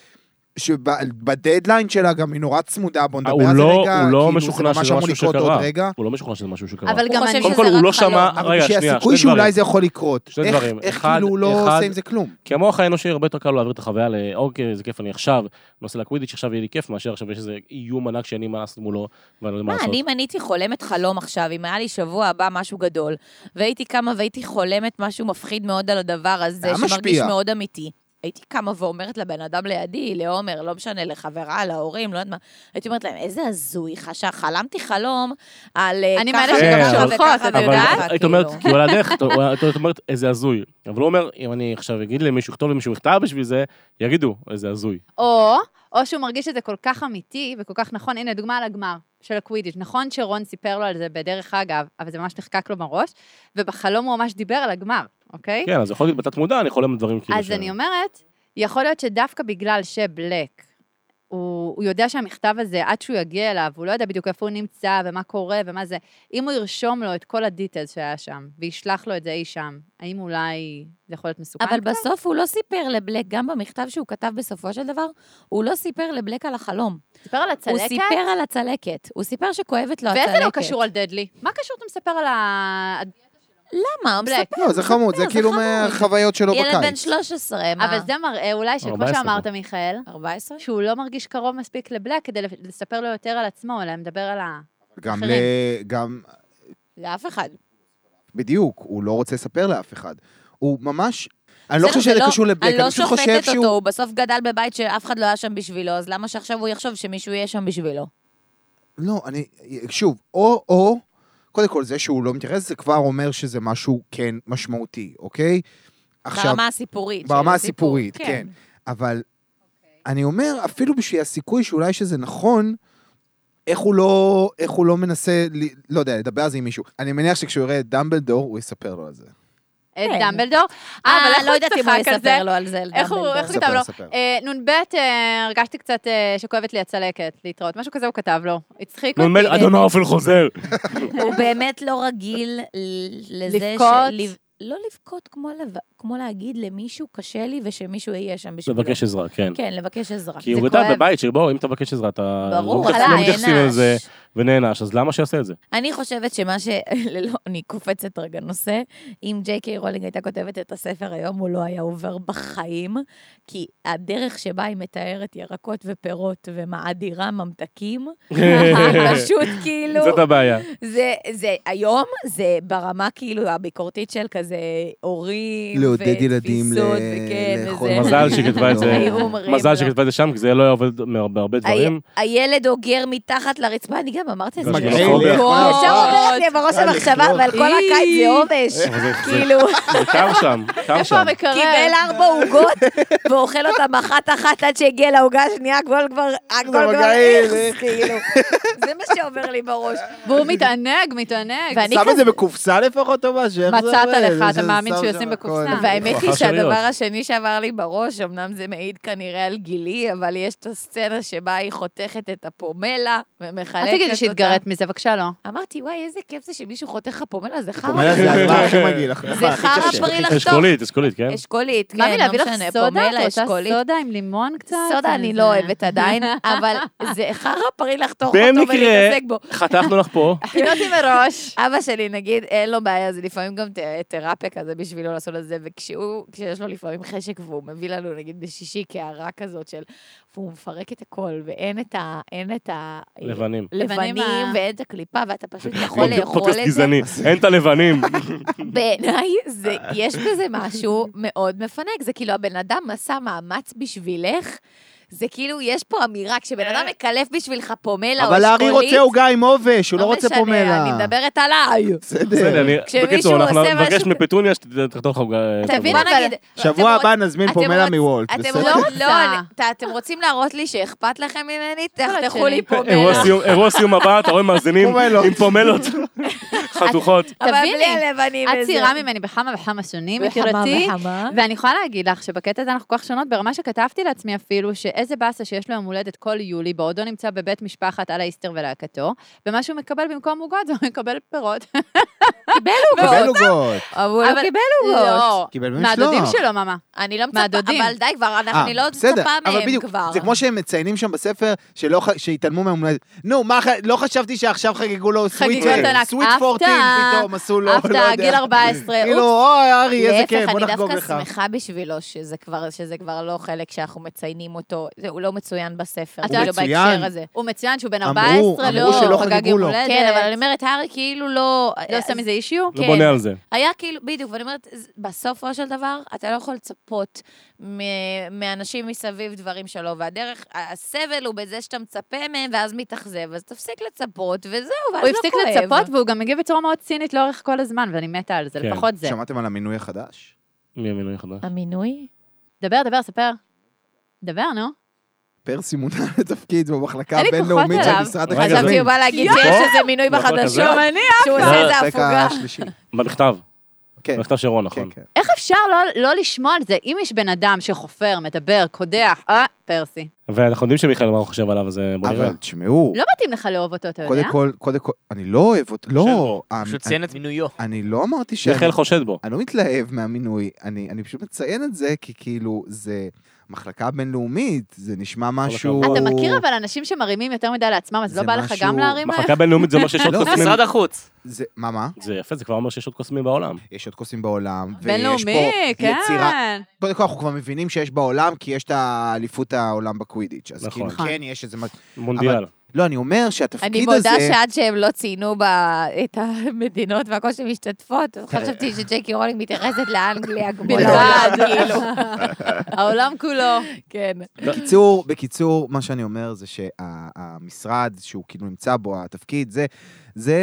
[SPEAKER 2] שבדדליין שלה גם היא נורא צמודה, בוא נדבר על זה רגע,
[SPEAKER 1] הוא לא
[SPEAKER 2] כאילו
[SPEAKER 1] משוכנע
[SPEAKER 2] זה ממש
[SPEAKER 1] שזה
[SPEAKER 2] אמור
[SPEAKER 1] משהו
[SPEAKER 2] לקרות עוד
[SPEAKER 1] שקרה.
[SPEAKER 2] רגע.
[SPEAKER 1] הוא לא משוכנע שזה משהו שקרה.
[SPEAKER 3] אבל גם אני...
[SPEAKER 1] קודם כל, הוא לא שמע... רגע, שנייה,
[SPEAKER 2] שהסיכוי שאולי זה יכול לקרות.
[SPEAKER 1] שני דברים.
[SPEAKER 2] איך כאילו הוא לא עושה עם זה כלום?
[SPEAKER 1] כי המוח האנושי הרבה יותר קל להעביר את החוויה אוקיי, זה כיף, אני עכשיו נוסע לקווידיץ', עכשיו יהיה לי כיף, מאשר עכשיו יש איזה איום ענק שאני מה לעשות מולו, ואני לא יודע מה לעשות.
[SPEAKER 4] אני מניתי חולמת חלום עכשיו, אם היה לי שבוע הבא משהו גדול, והייתי קמה והייתי חולמת משהו מפחיד מאוד על הדבר הזה, שמרגיש מאוד אמיתי. הייתי קמה ואומרת לבן אדם לידי, לעומר, לא משנה, לחברה, להורים, לא יודעת מה, הייתי אומרת להם, איזה הזוי, חלמתי חלום על
[SPEAKER 3] אני מאלה שגם שולחות, את יודעת?
[SPEAKER 1] היית אומרת, כי הוא על הדרך, היית אומרת, איזה הזוי. אבל הוא אומר, אם אני עכשיו אגיד למישהו, כתוב למישהו מכתב בשביל זה, יגידו, איזה הזוי.
[SPEAKER 3] או שהוא מרגיש שזה כל כך אמיתי וכל כך נכון, הנה, דוגמה על הגמר של הקווידיץ'. נכון שרון סיפר לו על זה בדרך אגב, אבל זה ממש נחקק לו בראש, ובחלום הוא ממש דיבר על הגמר, אוקיי?
[SPEAKER 1] כן, אז יכול להיות בתת מודע, אני חולם דברים כאילו
[SPEAKER 3] אז אני אומרת, יכול להיות שדווקא בגלל שבלק, הוא יודע שהמכתב הזה, עד שהוא יגיע אליו, הוא לא יודע בדיוק איפה הוא נמצא ומה קורה ומה זה, אם הוא ירשום לו את כל הדיטלס שהיה שם, וישלח לו את זה אי שם, האם אולי זה יכול להיות מסוכן?
[SPEAKER 4] אבל בסוף הוא לא סיפר לבלק, גם במכתב שהוא כתב בסופו של דבר, הוא לא סיפר לבלק על החלום.
[SPEAKER 3] סיפר על הצלקת?
[SPEAKER 4] הוא סיפר על הצלקת. הוא סיפר שכואבת לו הצלקת.
[SPEAKER 3] ואיזה לא קשור על דדלי? מה קשור אתה מספר על ה...
[SPEAKER 4] למה? הוא מספר.
[SPEAKER 2] לא, זה חמוד, זה כאילו מהחוויות שלו בקיץ.
[SPEAKER 4] ילד בן 13, מה?
[SPEAKER 3] אבל זה מראה אולי שכמו שאמרת, מיכאל,
[SPEAKER 4] 14?
[SPEAKER 3] שהוא לא מרגיש קרוב מספיק לבלק כדי לספר לו יותר על עצמו, אלא מדבר על
[SPEAKER 2] גם...
[SPEAKER 4] לאף אחד.
[SPEAKER 2] בדיוק, הוא לא רוצה לספר לאף אחד. הוא ממש... אני לא חושב שזה קשור לבלק,
[SPEAKER 4] אני לא שופטת אותו, הוא בסוף גדל בבית שאף אחד לא היה שם בשבילו, אז למה שעכשיו הוא יחשוב שמישהו יהיה שם בשבילו?
[SPEAKER 2] לא, שוב, או... קודם כל, זה שהוא לא מתייחס, זה כבר אומר שזה משהו כן משמעותי, אוקיי?
[SPEAKER 4] ברמה הסיפורית.
[SPEAKER 2] ברמה הסיפורית, כן. אבל אני אומר, אפילו בשביל הסיכוי שאולי שזה נכון, איך הוא לא מנסה, לא יודע, לדבר על זה עם מישהו. אני מניח שכשהוא יראה את דמבלדור, הוא יספר לו על זה.
[SPEAKER 3] את דמבלדור? אבל איך
[SPEAKER 4] לא יודעת אם הוא יספר לו על זה,
[SPEAKER 3] איך הוא כתב לו? נ"ב, הרגשתי קצת שכואבת לי הצלקת, להתראות. משהו כזה הוא כתב לו. הצחיק אותי.
[SPEAKER 1] נ"ב, אדון האופל חוזר.
[SPEAKER 4] הוא באמת לא רגיל לזה לא לבכות כמו להגיד למישהו קשה לי ושמישהו יהיה שם בשבילו.
[SPEAKER 1] לבקש עזרה, כן.
[SPEAKER 4] כן, לבקש עזרה.
[SPEAKER 1] כי הוא גדל בבית שבו, אם אתה מבקש עזרה, אתה
[SPEAKER 4] ברור,
[SPEAKER 1] לא מתייחסים לזה ונענש, אז למה שיעשה את זה?
[SPEAKER 4] אני חושבת שמה אני קופצת רגע נושא, אם ג'יי קיי רולינג הייתה כותבת את הספר היום, הוא לא היה עובר בחיים, כי הדרך שבה היא מתארת ירקות ופירות ומאדירה ממתקים, פשוט כאילו...
[SPEAKER 1] זאת הבעיה.
[SPEAKER 4] זה היום, זה ברמה כאילו הביקורתית של כזה הורים
[SPEAKER 2] לעודד ילדים
[SPEAKER 4] לאכול.
[SPEAKER 1] מזל שכתבה את זה, מזל שכתבה את זה שם, כי זה לא היה עובד בהרבה דברים.
[SPEAKER 4] הילד אוגר מתחת לרצפה, אני גם אמרתי את זה.
[SPEAKER 1] ישר
[SPEAKER 4] אומרת לי בראש המחשבה, אבל כל הקיץ זה עובש. כאילו.
[SPEAKER 1] זה קר שם, קר שם.
[SPEAKER 4] קיבל 4 עוגות, ואוכל אותם אחת עד שהגיע לעוגה השנייה, הכל כבר כאילו. זה מה שעובר לי בראש.
[SPEAKER 3] והוא מתענג.
[SPEAKER 2] שם את זה בקופסה לפחות או משהו?
[SPEAKER 3] מצאת לך, אתה מאמין שיוצאים בקופסה.
[SPEAKER 4] והאמת היא שהדבר השני שעבר לי בראש, אמנם זה מעיד כנראה על גילי, אבל יש את הסצנה שבה היא חותכת את הפומלה, ומחלקת אותה.
[SPEAKER 3] אל תגידי שהתגרת מזה, בבקשה לא.
[SPEAKER 4] אמרתי, וואי, איזה כיף זה שמישהו חותך לך פומלה, זה חרא.
[SPEAKER 2] פומלה זה הדבר הכי מגעיל.
[SPEAKER 4] זה חרא פרי לחתוך.
[SPEAKER 1] אשכולית, כן?
[SPEAKER 4] אשכולית,
[SPEAKER 3] מה
[SPEAKER 4] כן,
[SPEAKER 3] להביא
[SPEAKER 4] לא
[SPEAKER 3] לך
[SPEAKER 4] משנה,
[SPEAKER 3] סודה?
[SPEAKER 4] פומלה,
[SPEAKER 3] רוצה
[SPEAKER 4] אשכולית.
[SPEAKER 3] סודה עם לימון קצת?
[SPEAKER 4] סודה אני לא אוהבת עדיין, אבל זה חרא פרי לחתוך אותו
[SPEAKER 1] במקרה,
[SPEAKER 4] ולהתעסק בו.
[SPEAKER 1] חתכנו לך פה.
[SPEAKER 3] הכינותי מראש.
[SPEAKER 4] אבא שלי, נגיד, אין לו בעיה, זה לפעמים גם תרפיה כזה בשבילו לעשות את זה, וכשיש לו לפעמים חשק, והוא מביא לנו, נגיד, בשישי, כערה כזאת של, והוא מפרק את הכל, ואין את ה...
[SPEAKER 1] לבנים.
[SPEAKER 4] לבנים, ואין את הקליפה, ואתה פשוט יכול לאכול
[SPEAKER 1] פודקאסט
[SPEAKER 4] את זה.
[SPEAKER 1] גזעני, אין את הלבנים.
[SPEAKER 4] בעיניי, יש בזה משהו מאוד מפנק. זה כאילו, הבן אדם עשה מאמץ בשבילך, זה כאילו, יש פה אמירה, כשבן אדם מקלף בשבילך פומלה או אשכולית...
[SPEAKER 2] אבל הארי רוצה עוגה עם עובש, הוא לא רוצה
[SPEAKER 4] משנה,
[SPEAKER 2] פומלה.
[SPEAKER 4] אני מדברת עליי.
[SPEAKER 2] בסדר.
[SPEAKER 1] בקיצור, אנחנו
[SPEAKER 4] עושה
[SPEAKER 1] נבקש
[SPEAKER 4] משהו-
[SPEAKER 1] מפטוניה שתחתוך לך...
[SPEAKER 3] תבין,
[SPEAKER 4] בוא
[SPEAKER 3] אבל-
[SPEAKER 4] נגיד,
[SPEAKER 2] שבוע הבא נזמין פומלה מוולט.
[SPEAKER 4] אתם
[SPEAKER 2] בסדר?
[SPEAKER 4] אתם רוצים להראות לי שאכפת לכם ממני?
[SPEAKER 3] יכול
[SPEAKER 4] תחתכו לי
[SPEAKER 3] שלי.
[SPEAKER 4] פומלה.
[SPEAKER 1] אירוע סיום הבא, אתה רואה מאזינים
[SPEAKER 2] פומלות.
[SPEAKER 1] עם פומלות חתוכות.
[SPEAKER 4] אבל
[SPEAKER 3] תביני,
[SPEAKER 4] בלי הלבנים
[SPEAKER 3] את
[SPEAKER 4] וזה.
[SPEAKER 3] צעירה ממני בכמה וכמה שנים,
[SPEAKER 4] בכמה
[SPEAKER 3] יקירתי,
[SPEAKER 4] וכמה.
[SPEAKER 3] ואני יכולה להגיד לך שבקטע הזה אנחנו כל כך שונות, ברמה שכתבתי לעצמי אפילו, שאיזה באסה שיש לו יום הולדת כל יולי, בעודו נמצא בבית משפחת על האיסטר ולהקתו, ומה שהוא מקבל במקום עוגות, זה הוא מקבל פירות.
[SPEAKER 4] קיבל
[SPEAKER 2] קיבל
[SPEAKER 4] עוגות.
[SPEAKER 2] עוגות.
[SPEAKER 4] אבל הוא לא
[SPEAKER 3] אבל-
[SPEAKER 4] קיבל עוגות.
[SPEAKER 3] לא,
[SPEAKER 2] קיבל
[SPEAKER 3] מהדודים
[SPEAKER 2] במשלוח.
[SPEAKER 3] שלו, מאמה.
[SPEAKER 4] אני לא מצפה,
[SPEAKER 3] מהדודים.
[SPEAKER 4] אבל די כבר, אני לא
[SPEAKER 2] בסדר,
[SPEAKER 4] מצפה
[SPEAKER 2] אבל
[SPEAKER 4] מהם
[SPEAKER 2] בדיוק,
[SPEAKER 4] כבר.
[SPEAKER 2] זה כמו שהם מציינים שם בספר, שהתעלמו מהיום הולדת. נו, לא חשבתי שעכשיו חגגו לו
[SPEAKER 3] חגיגות
[SPEAKER 2] סוויט
[SPEAKER 3] ענק.
[SPEAKER 2] 14 פתאום, עשו לו, לא
[SPEAKER 3] הפתעה,
[SPEAKER 2] יודע.
[SPEAKER 3] גיל 14,
[SPEAKER 2] כאילו,
[SPEAKER 3] אופס.
[SPEAKER 2] אוי, ארי, איזה כיף,
[SPEAKER 4] להפך,
[SPEAKER 2] בוא
[SPEAKER 4] אני
[SPEAKER 2] נחגוג
[SPEAKER 4] דווקא
[SPEAKER 2] לך.
[SPEAKER 4] שמחה בשבילו שזה כבר לא חלק שאנחנו מציינים אותו, הוא לא מצוין בספר,
[SPEAKER 3] אתה
[SPEAKER 4] כאילו
[SPEAKER 2] מצוין.
[SPEAKER 4] בהקשר הזה.
[SPEAKER 3] הוא מצוין שהוא בן
[SPEAKER 2] אמרו
[SPEAKER 3] 14,
[SPEAKER 2] שלא
[SPEAKER 3] לא, חגג
[SPEAKER 2] חגגו
[SPEAKER 3] יום
[SPEAKER 2] לו.
[SPEAKER 3] הולדת.
[SPEAKER 4] כן, אבל אני אומרת, הארי כאילו לא...
[SPEAKER 3] לא עושה מזה אישיו?
[SPEAKER 1] לא בונה על זה.
[SPEAKER 4] היה כאילו, בדיוק, ואני אומרת, בסופו של דבר, אתה לא יכול לצפות מאנשים מסביב דברים שלו, והדרך, הסבל הוא בזה שאתה מצפה מהם, ואז מתאכזב, אז תפסיק לצפות, וזהו, ואז
[SPEAKER 3] הוא
[SPEAKER 4] לא
[SPEAKER 3] הפסיק
[SPEAKER 4] כואב.
[SPEAKER 3] לצפות, והוא גם מגיב בצורה מאוד צינית לאורך כל הזמן, ואני מתה על זה,
[SPEAKER 1] כן.
[SPEAKER 3] לפחות זה.
[SPEAKER 2] שמעתם על המינוי החדש?
[SPEAKER 1] מי המינוי החדש?
[SPEAKER 4] המינוי?
[SPEAKER 3] דבר, ספר. דבר, נו.
[SPEAKER 2] פרסי מונה לתפקיד במחלקה
[SPEAKER 3] אין לי כוחות
[SPEAKER 2] הבינלאומית של
[SPEAKER 3] עליו.
[SPEAKER 2] משרד
[SPEAKER 1] רגע,
[SPEAKER 2] החשבים.
[SPEAKER 4] חשבתי, הוא בא להגיד
[SPEAKER 1] נכון?
[SPEAKER 4] שיש איזה מינוי
[SPEAKER 1] נכון,
[SPEAKER 4] בחדשות,
[SPEAKER 1] כזה?
[SPEAKER 4] שהוא עושה איזה
[SPEAKER 2] הפרק
[SPEAKER 4] הפוגה.
[SPEAKER 2] השלישי.
[SPEAKER 1] במכתב.
[SPEAKER 2] כן,
[SPEAKER 1] במכתב שרון,
[SPEAKER 2] כן,
[SPEAKER 1] נכון.
[SPEAKER 2] כן.
[SPEAKER 3] איך אפשר לא לשמוע על זה? אם יש בן אדם שחופר, מדבר, קודח, פרסי.
[SPEAKER 1] ואנחנו יודעים שמיכאל, מה הוא חושב עליו, אז בוא נראה.
[SPEAKER 2] אבל תשמעו,
[SPEAKER 3] לא מתאים לך לאהוב אותו, אתה יודע?
[SPEAKER 2] קודם כל, אני לא אוהב אותו, לא.
[SPEAKER 5] פשוט ציין את מינויו.
[SPEAKER 2] אני לא אמרתי
[SPEAKER 1] מיכאל חושד בו.
[SPEAKER 2] אני לא מתלהב מהמינוי, אני פשוט מציין את זה, כי כאילו, זה מחלקה בינלאומית, זה נשמע משהו...
[SPEAKER 3] אתה מכיר אבל אנשים שמרימים יותר מדי לעצמם, אז
[SPEAKER 2] זה
[SPEAKER 3] לא בא לך
[SPEAKER 2] משהו-
[SPEAKER 3] גם להרים להם?
[SPEAKER 1] מחלקה בינלאומית זה אומר שיש עוד
[SPEAKER 2] לא,
[SPEAKER 1] קוסמים.
[SPEAKER 5] משרד החוץ.
[SPEAKER 2] זה, מה?
[SPEAKER 1] זה יפה, זה כבר אומר שיש עוד קוסמים בעולם.
[SPEAKER 2] יש עוד קוסמים בעולם, ויש
[SPEAKER 3] בינלאומי,
[SPEAKER 2] פה יצירה...
[SPEAKER 3] כן.
[SPEAKER 2] קודם כל, אנחנו כבר מבינים שיש בעולם, כי יש את האליפות העולם בקווידיץ', אז
[SPEAKER 1] נכון.
[SPEAKER 2] כאילו, כן, יש איזה...
[SPEAKER 1] מונדיאל.
[SPEAKER 2] לא, אני אומר
[SPEAKER 4] אני
[SPEAKER 2] שהתפקיד הזה...
[SPEAKER 4] מודה שעד שהם לא ציינו את המדינות והכל שמשתתפות, חשבתי שג'קי רולינג מתייחסת לאנגליה כמו
[SPEAKER 3] בלבד.
[SPEAKER 4] לעולם, כאילו.
[SPEAKER 3] העולם כולו.
[SPEAKER 4] כן.
[SPEAKER 2] בקיצור, מה שאני אומר זה שהמשרד שהוא כאילו נמצא בו, התפקיד, זה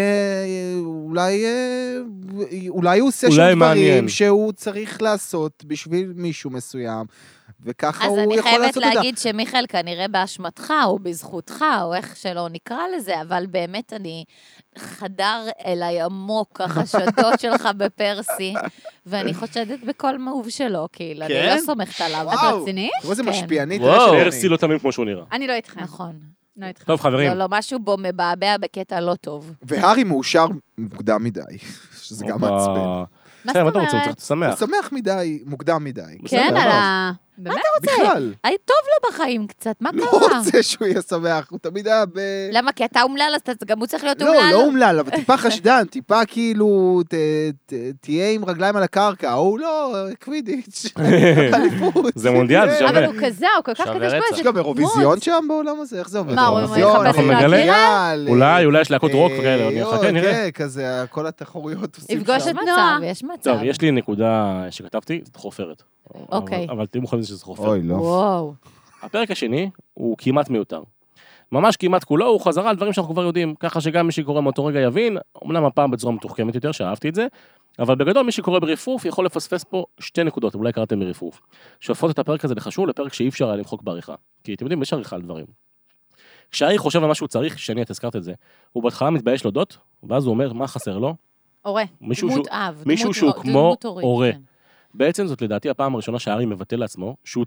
[SPEAKER 2] אולי הוא עושה
[SPEAKER 1] אולי
[SPEAKER 2] שם דברים
[SPEAKER 1] מעניין.
[SPEAKER 2] שהוא צריך לעשות בשביל מישהו מסוים, וככה
[SPEAKER 4] אז
[SPEAKER 2] הוא
[SPEAKER 4] אני
[SPEAKER 2] יכול
[SPEAKER 4] חייבת
[SPEAKER 2] לעשות את זה.
[SPEAKER 4] להגיד שמיכאל כנראה באשמתך, או בזכותך, או איך שלא נקרא לזה, אבל באמת אני חדר אליי עמוק החשדות שלך בפרסי, ואני חושדת בכל מאוב שלו, כאילו, אני
[SPEAKER 5] כן?
[SPEAKER 4] לא סומכת עליו.
[SPEAKER 3] את
[SPEAKER 2] וואו.
[SPEAKER 3] רצינית?
[SPEAKER 2] תראו איזה
[SPEAKER 4] כן.
[SPEAKER 2] משפיענית.
[SPEAKER 5] וואו.
[SPEAKER 1] פרסי לא תמים כמו שהוא נראה.
[SPEAKER 3] אני לא איתכם.
[SPEAKER 4] נכון.
[SPEAKER 3] לא איתכם.
[SPEAKER 1] טוב, חברים.
[SPEAKER 4] לא, משהו בו מבעבע בקטע לא טוב.
[SPEAKER 2] והארי מאושר מוקדם מדי, שזה גם
[SPEAKER 1] הופה.
[SPEAKER 2] מעצבן.
[SPEAKER 3] מה
[SPEAKER 1] בסדר, מה
[SPEAKER 3] זאת
[SPEAKER 1] אתה רוצה? הוא
[SPEAKER 3] אומרת?
[SPEAKER 1] צריך להיות
[SPEAKER 2] הוא
[SPEAKER 1] שמח.
[SPEAKER 2] שמח מדי, מוקדם מדי.
[SPEAKER 3] כן,
[SPEAKER 1] בסדר,
[SPEAKER 3] על
[SPEAKER 1] לא.
[SPEAKER 3] ה... באמת?
[SPEAKER 2] בכלל.
[SPEAKER 4] היי, טוב לו בחיים קצת, מה
[SPEAKER 2] לא
[SPEAKER 4] קרה?
[SPEAKER 2] רוצה שהוא יהיה שמח, הוא תמיד היה ב...
[SPEAKER 4] למה? כי אתה אומלל, אז גם הוא צריך להיות
[SPEAKER 2] לא,
[SPEAKER 4] אומלל?
[SPEAKER 2] לא אומלל, אבל טיפה חשדן, טיפה כאילו, תהיה עם רגליים על הקרקע, הוא לא, קווידיץ', אליפות.
[SPEAKER 1] זה מונדיאל, זה
[SPEAKER 2] כן.
[SPEAKER 3] אבל
[SPEAKER 1] שווה.
[SPEAKER 3] הוא כזה, הוא כל כך
[SPEAKER 5] שווה
[SPEAKER 3] כזה, יש בו
[SPEAKER 5] רצח.
[SPEAKER 3] איזה
[SPEAKER 2] יש גם אירוויזיון שם בעולם הזה? איך זה עובד?
[SPEAKER 3] מה, הוא
[SPEAKER 2] אירוויזיון,
[SPEAKER 3] מחפש
[SPEAKER 1] נגלה?
[SPEAKER 2] מונדיאל,
[SPEAKER 1] אולי יש להקות רוק וכאלה, אני אחכה, נראה.
[SPEAKER 2] כן, כזה, כל התחרויות עושים
[SPEAKER 3] יפגוש
[SPEAKER 2] שם.
[SPEAKER 3] את
[SPEAKER 4] יש
[SPEAKER 3] נועה.
[SPEAKER 4] מצב, יש מצב.
[SPEAKER 1] טוב, יש לי נקודה שכתבתי, זאת חופרת.
[SPEAKER 4] אוקיי.
[SPEAKER 1] אבל תהיו מוכנים שזה חופרת.
[SPEAKER 2] אוי, לא.
[SPEAKER 4] וואו.
[SPEAKER 1] הפרק השני הוא כמעט מיותר. ממש כמעט כולו, הוא חזרה על דברים שאנחנו כבר יודעים, ככה שגם מי שקורא מאותו רגע יבין, אמנם הפעם בצורה מתוחכמת יותר, שאהבתי את זה, אבל בגדול מי שקורא ברפרוף יכול לפספס פה שתי נקודות, אולי קראתם ברפרוף, שהופכות את הפרק הזה לחשוב לפרק שאי אפשר היה למחוק בעריכה. כי אתם יודעים, יש עריכה על דברים. כשהארי חושב על מה שהוא צריך, שני, את הזכרת את זה, הוא בהתחלה מתבייש להודות, ואז הוא אומר, מה חסר לו?
[SPEAKER 3] הורה.
[SPEAKER 1] מישהו
[SPEAKER 4] דמות
[SPEAKER 1] שהוא-
[SPEAKER 4] אב.
[SPEAKER 1] מישהו שהוא
[SPEAKER 4] דמות
[SPEAKER 1] כמו
[SPEAKER 4] הורית,
[SPEAKER 1] הורה.
[SPEAKER 4] כן.
[SPEAKER 1] בעצם זאת לדעתי הפעם הראשונה שהארי מבטא לעצמו, שהוא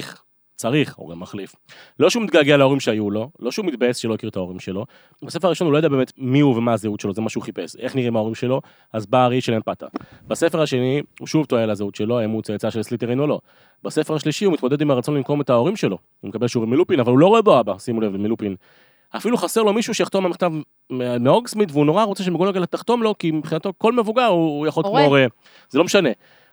[SPEAKER 1] צריך, הוא גם מחליף. לא שהוא מתגעגע להורים שהיו לו, לא שהוא מתבאס שלא הכיר את ההורים שלו. בספר הראשון הוא לא יודע באמת מי הוא ומה הזהות שלו, זה מה שהוא חיפש. איך נראים ההורים שלו, אז בא הארי של אמפתה. בספר השני, הוא שוב טועה על הזהות שלו, האם הוא צאצא של סליתרין או לא. בספר השלישי הוא מתמודד עם הרצון לנקום את ההורים שלו. הוא מקבל שיעורים מלופין, אבל הוא לא רואה בו אבא, שימו לב, מלופין. אפילו חסר לו מישהו שיחתום המכתב מהוגסמית, והוא נורא רוצה שמגונגל תחתום לו, כי מבחינתו כל מבוגר הוא יכול כמו
[SPEAKER 3] הורה.
[SPEAKER 1] הורה. זה לא משנה.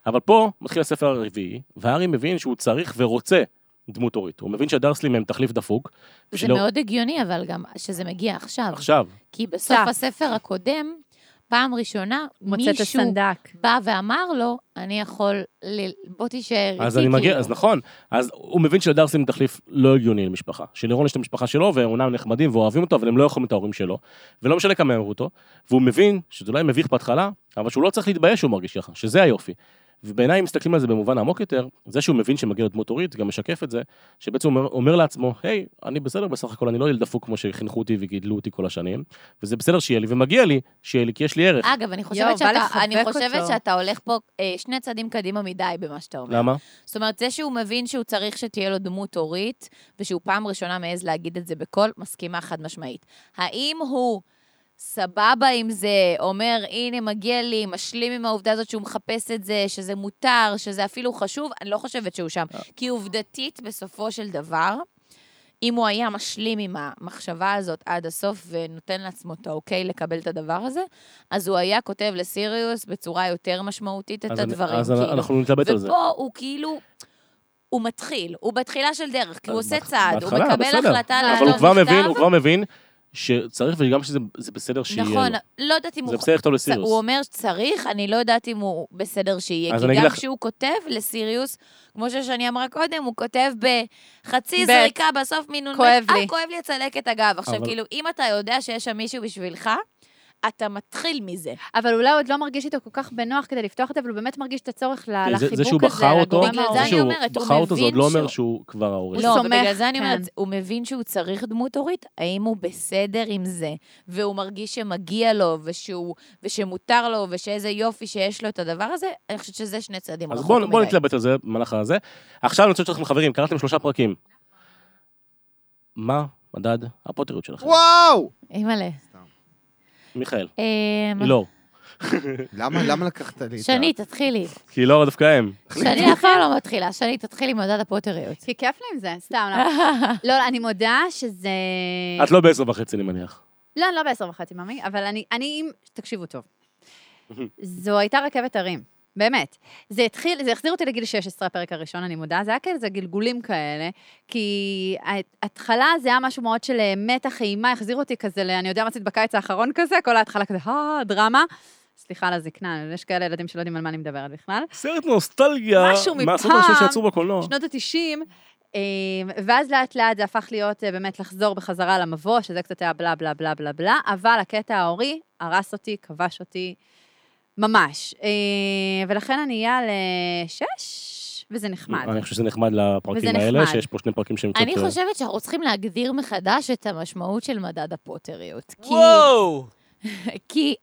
[SPEAKER 1] אבל פה מתחיל הספר הרביעי, והארי מבין שהוא צריך ורוצה דמות הורית. הוא מבין שהדרסלים הם תחליף דפוק.
[SPEAKER 4] זה מאוד הגיוני, אבל גם שזה מגיע עכשיו.
[SPEAKER 1] עכשיו.
[SPEAKER 4] כי בסוף הספר הקודם, פעם ראשונה,
[SPEAKER 3] מוצא את
[SPEAKER 4] מישהו
[SPEAKER 3] הסנדק.
[SPEAKER 4] בא ואמר לו, אני יכול, בוא תישאר
[SPEAKER 1] אז
[SPEAKER 4] איתי,
[SPEAKER 1] אני מגיע,
[SPEAKER 4] כאילו.
[SPEAKER 1] אז נכון. אז הוא מבין שלדרסלים תחליף לא הגיוני למשפחה. שלרון יש את המשפחה שלו, והם אומנם נחמדים ואוהבים אותו, אבל הם לא יכולים את ההורים שלו. ולא משנה כמה הם אותו. והוא מבין שזה אולי מביך בהתחלה, אבל שהוא לא צריך להתבייש שהוא מרגיש ככה, שזה היופי. ובעיניי, אם מסתכלים על זה במובן עמוק יותר, זה שהוא מבין שמגיע לדמות הורית, גם משקף את זה, שבעצם הוא אומר לעצמו, היי, אני בסדר בסך הכל, אני לא ילד דפוק כמו שחינכו אותי וגידלו אותי כל השנים, וזה בסדר שיהיה לי, ומגיע לי שיהיה לי, כי יש לי ערך.
[SPEAKER 4] אגב, אני חושבת שאתה הולך פה שני צעדים קדימה מדי במה שאתה אומר.
[SPEAKER 1] למה?
[SPEAKER 4] זאת אומרת, זה שהוא מבין שהוא צריך שתהיה לו דמות הורית, ושהוא פעם ראשונה מעז להגיד את זה בקול, מסכימה חד משמעית. האם הוא סבבה עם זה, אומר, הנה מגיע לי, משלים עם העובדה הזאת שהוא מחפש את זה, שזה מותר, שזה אפילו חשוב, אני לא חושבת שהוא שם. כי עובדתית, בסופו של דבר, אם הוא היה משלים עם המחשבה הזאת עד הסוף, ונותן לעצמו את האוקיי לקבל את הדבר הזה, אז הוא היה כותב לסיריוס בצורה יותר משמעותית את הדברים.
[SPEAKER 1] אז אנחנו נתלבט על זה.
[SPEAKER 4] ופה הוא כאילו... הוא מתחיל, הוא בתחילה של דרך, כי הוא עושה צעד, הוא מקבל החלטה
[SPEAKER 1] אבל הוא כבר מבין שצריך, וגם שזה בסדר שיהיה לו.
[SPEAKER 4] נכון, לא יודעת אם
[SPEAKER 1] זה בסדר לכתוב לסיריוס.
[SPEAKER 4] הוא אומר שצריך, אני לא יודעת אם הוא בסדר שיהיה, כי גם כשהוא כותב לסיריוס, כמו ששני אמרה קודם, הוא כותב בחצי זריקה בסוף מינון, כואב לי הצלקת הגב. עכשיו, כאילו, אם אתה יודע שיש שם מישהו בשבילך, אתה מתחיל מזה.
[SPEAKER 3] אבל אולי עוד לא מרגיש איתו כל כך בנוח כדי לפתוח את זה, אבל הוא באמת מרגיש את הצורך לחיבוק הזה.
[SPEAKER 1] זה שהוא בחר אותו,
[SPEAKER 4] זה שהוא
[SPEAKER 1] בחר אותו, זה עוד לא אומר שהוא כבר ההורי.
[SPEAKER 4] לא, ובגלל זה אני אומרת, הוא מבין שהוא צריך דמות הורית, האם הוא בסדר עם זה, והוא מרגיש שמגיע לו, ושמותר לו, ושאיזה יופי שיש לו את הדבר הזה, אני חושבת שזה שני צעדים רחוק מדי.
[SPEAKER 1] אז בואו נתלבט על זה, במהלך הזה. עכשיו אני רוצה שאתם חברים, קראתם 3 פרקים. מה מדד הפוטריות שלכם?
[SPEAKER 2] וואו!
[SPEAKER 4] אימא'לה.
[SPEAKER 1] מיכאל. לא.
[SPEAKER 2] למה לקחת לי את
[SPEAKER 4] שני, תתחילי.
[SPEAKER 1] כי לא דווקא הם.
[SPEAKER 4] שני אף פעם לא מתחילה, שני, תתחילי מדד הפוטריות.
[SPEAKER 3] כי כיף לי עם זה, סתם. לא, אני מודה שזה...
[SPEAKER 1] את לא ב10:30, אני מניח.
[SPEAKER 3] לא, אני לא ב10:30, ממי, אבל אני, תקשיבו טוב. זו הייתה רכבת הרים, באמת. זה החזיר אותי לגיל 16, הפרק הראשון, אני מודה, זה היה כאלה, זה גלגולים כאלה, כי ההתחלה זה היה משהו מאוד של מתח, אימה, החזיר אותי כזה, אני יודע מה עשית בקיץ האחרון כזה, כל ההתחלה כזה, דרמה. סליחה על הזקנה, יש כאלה ילדים שלא יודעים על מה אני מדברת בכלל.
[SPEAKER 1] סרט נוסטלגיה,
[SPEAKER 3] משהו מפעם,
[SPEAKER 1] מהסרט הראשון שיצאו בקולנוע.
[SPEAKER 3] שנות ה-90, ואז לאט לאט זה הפך להיות באמת לחזור בחזרה למבוא, שזה קצת היה בלה בלה בלה בלה בלה, אבל הקטע ההורי הרס אותי, כבש אותי, ממש. ולכן אני אהיה ל6, וזה נחמד.
[SPEAKER 1] אני חושב שזה נחמד לפרקים האלה, שיש פה 2 פרקים שהם קצת...
[SPEAKER 4] אני חושבת שאנחנו צריכים להגדיר מחדש את המשמעות של מדד הפוטריות.
[SPEAKER 5] וואו!
[SPEAKER 4] כי...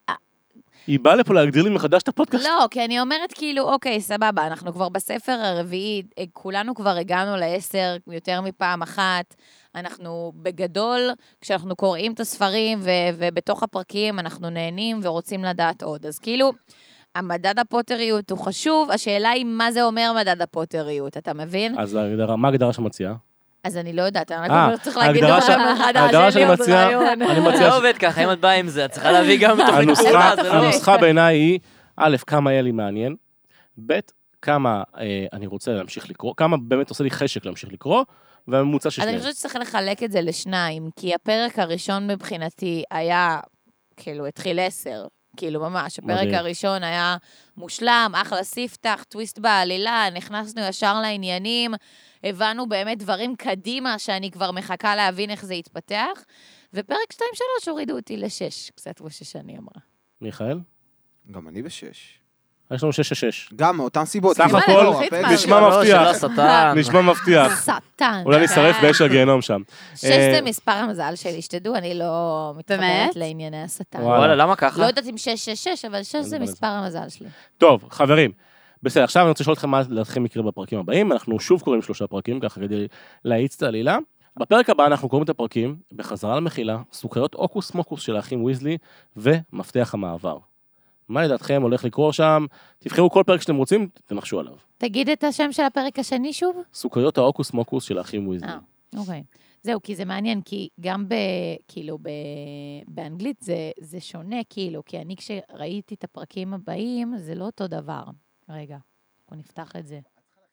[SPEAKER 1] היא באה לפה להגדיר לי מחדש את הפודקאסט.
[SPEAKER 4] לא, כי אני אומרת כאילו, אוקיי, סבבה, אנחנו כבר בספר הרביעי, כולנו כבר הגענו ל10 יותר מפעם אחת, אנחנו בגדול, כשאנחנו קוראים את הספרים ובתוך הפרקים אנחנו נהנים ורוצים לדעת עוד. אז כאילו, המדד הפוטריות הוא חשוב, השאלה היא מה זה אומר מדד הפוטריות, אתה מבין?
[SPEAKER 1] אז מה ההגדרה שמציעה?
[SPEAKER 4] אז אני לא יודעת, אני רק צריך להגיד לו
[SPEAKER 1] ההגדרה שאני מציעה,
[SPEAKER 5] זה עובד ככה, אם את באה עם זה, את צריכה להביא גם את הנוסחה.
[SPEAKER 1] הנוסחה בעיניי היא, א', כמה היה לי מעניין, ב', כמה אני רוצה להמשיך לקרוא, כמה באמת עושה לי חשק להמשיך לקרוא, והממוצע של
[SPEAKER 4] אז אני
[SPEAKER 1] שניהם.
[SPEAKER 4] חושבת שצריך לחלק את זה לשניים, כי הפרק הראשון מבחינתי היה, כאילו, התחיל 10, כאילו ממש, הפרק הראשון היה מושלם, אחלה ספתח, טוויסט בעלילה, נכנסנו ישר לעניינים, הבנו באמת דברים קדימה שאני כבר מחכה להבין איך זה יתפתח, ופרק 2-3 הורידו אותי ל6, קצת כמו ששני אמרה.
[SPEAKER 1] מיכאל?
[SPEAKER 2] גם אני ב6.
[SPEAKER 1] יש לנו 6-6.
[SPEAKER 2] גם מאותן סיבות.
[SPEAKER 1] סך הכל, נשמע מבטיח. נשמע מבטיח.
[SPEAKER 4] שטן.
[SPEAKER 1] אולי נשרף באש הגיהנום שם.
[SPEAKER 4] 6 זה מספר המזל שלי, שתדעו, אני לא מתחברת לענייני השטן.
[SPEAKER 5] וואלה, למה ככה?
[SPEAKER 4] לא יודעת אם 6, אבל 6 זה מספר המזל שלי.
[SPEAKER 1] טוב, חברים. בסדר, עכשיו אני רוצה לשאול אתכם מה לכם יקרה בפרקים הבאים. אנחנו שוב קוראים 3 פרקים, ככה כדי להאיץ את העלילה. בפרק הבא אנחנו קוראים את הפרקים, בחזרה למחילה, סוכריות אוקוס מוקוס של האחים ויזלי, ומפתח המעבר. מה לדעתכם הולך לקרוא שם? תבחרו כל פרק שאתם רוצים, תנחשו עליו.
[SPEAKER 4] תגיד את השם של הפרק השני שוב?
[SPEAKER 1] סוכריות האוקוס מוקוס של האחים ויזלי.
[SPEAKER 4] אוקיי. זהו, כי זה מעניין, כי גם כאילו באנגלית זה שונה, כאילו, כי אני כשראיתי את הפרקים הבאים, זה לא אותו דבר. רגע. אנחנו נפתח את זה.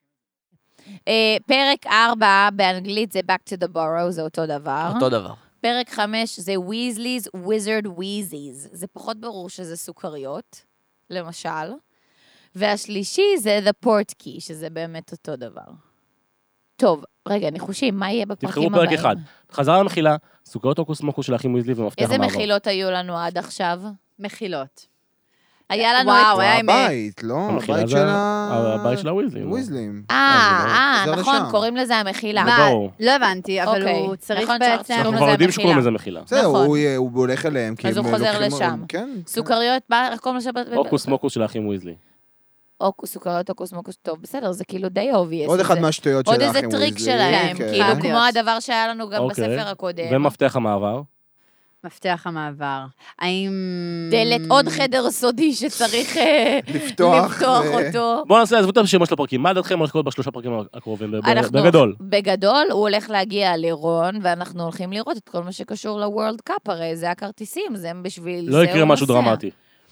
[SPEAKER 4] פרק 4 באנגלית זה Back to the Burrow, זה אותו דבר.
[SPEAKER 5] אותו דבר.
[SPEAKER 4] פרק 5 זה Weasley's Wizard Wheezies. זה פחות ברור שזה סוכריות, למשל. והשלישי זה The Portkey, שזה באמת אותו דבר. טוב, רגע, ניחושים, מה יהיה בפרקים
[SPEAKER 1] תבחרו
[SPEAKER 4] הבאים?
[SPEAKER 1] פרק אחד. חזרה למחילה, סוכריות הוקוס מוקוס של האחים ויזלי ומפתח
[SPEAKER 4] איזה
[SPEAKER 1] המעבר.
[SPEAKER 4] מחילות היו לנו עד עכשיו?
[SPEAKER 3] מחילות.
[SPEAKER 4] היה לנו
[SPEAKER 3] וואו,
[SPEAKER 4] את...
[SPEAKER 3] היה עם...
[SPEAKER 2] הבית, לא?
[SPEAKER 1] המחילה
[SPEAKER 2] הבית
[SPEAKER 1] זה
[SPEAKER 2] של
[SPEAKER 1] הבית של הוויזלים.
[SPEAKER 2] הוויזלים. חוזר
[SPEAKER 4] נכון,
[SPEAKER 2] לשם.
[SPEAKER 4] קוראים לזה המחילה.
[SPEAKER 1] זה
[SPEAKER 3] מה?
[SPEAKER 1] ברור.
[SPEAKER 3] לא הבנתי, אבל
[SPEAKER 4] אוקיי.
[SPEAKER 3] הוא צריך
[SPEAKER 4] נכון,
[SPEAKER 3] בעצם...
[SPEAKER 4] קוראים
[SPEAKER 1] אנחנו
[SPEAKER 4] לזה
[SPEAKER 1] כבר יודעים
[SPEAKER 4] המחילה.
[SPEAKER 1] שקוראים לזה מחילה.
[SPEAKER 2] בסדר,
[SPEAKER 4] נכון.
[SPEAKER 2] הוא הולך אליהם, כי
[SPEAKER 4] אז
[SPEAKER 2] הם
[SPEAKER 4] הוא חוזר
[SPEAKER 2] לוקחים-
[SPEAKER 4] לשם.
[SPEAKER 2] כן.
[SPEAKER 4] סוכריות, איך קוראים לזה?
[SPEAKER 1] הוקוס מוקוס של האחים ויזלי.
[SPEAKER 4] סוכריות, אוקוס מוקוס, טוב, בסדר, זה כאילו די obvious.
[SPEAKER 2] עוד אחד
[SPEAKER 4] זה-
[SPEAKER 2] מהשטויות של
[SPEAKER 4] עוד
[SPEAKER 2] האחים
[SPEAKER 4] איזה
[SPEAKER 2] ויזלי.
[SPEAKER 4] טריק שלהם,
[SPEAKER 3] כן,
[SPEAKER 4] כאילו,
[SPEAKER 3] חייב
[SPEAKER 4] כמו
[SPEAKER 3] להיות.
[SPEAKER 4] הדבר שהיה לנו גם
[SPEAKER 1] אוקיי.
[SPEAKER 4] בספר הקודם.
[SPEAKER 1] ומפתח המעבר.
[SPEAKER 3] מפתח המעבר. האם...
[SPEAKER 4] דלת, עוד חדר סודי שצריך
[SPEAKER 2] לפתוח
[SPEAKER 4] אותו.
[SPEAKER 1] בואו נעשה, עזבו את השמות של הפרקים. מה דעתכם הולך לקרות בשלושה פרקים הקרובים?
[SPEAKER 4] אנחנו-
[SPEAKER 1] בגדול.
[SPEAKER 4] בגדול, הוא הולך להגיע לרון, ואנחנו הולכים לראות את כל מה שקשור לוורלד קאפ, הרי זה הכרטיסים, זה בשביל...
[SPEAKER 1] לא
[SPEAKER 4] זה
[SPEAKER 1] יקרה
[SPEAKER 4] הוא
[SPEAKER 1] משהו
[SPEAKER 4] נוסע.
[SPEAKER 1] דרמטי.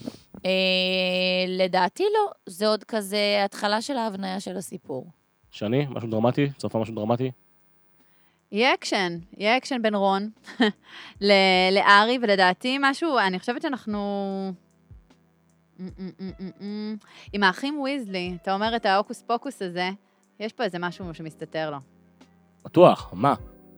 [SPEAKER 4] לדעתי לא, זה עוד כזה התחלה של ההבניה של הסיפור.
[SPEAKER 1] שני, משהו דרמטי? צופה משהו דרמטי?
[SPEAKER 3] יהיה אקשן בין רון לארי, ולדעתי משהו, אני חושבת שאנחנו... עם האחים ויזלי, אתה אומר את ההוקוס פוקוס הזה, יש פה איזה משהו שמסתתר לו.
[SPEAKER 1] בטוח, מה?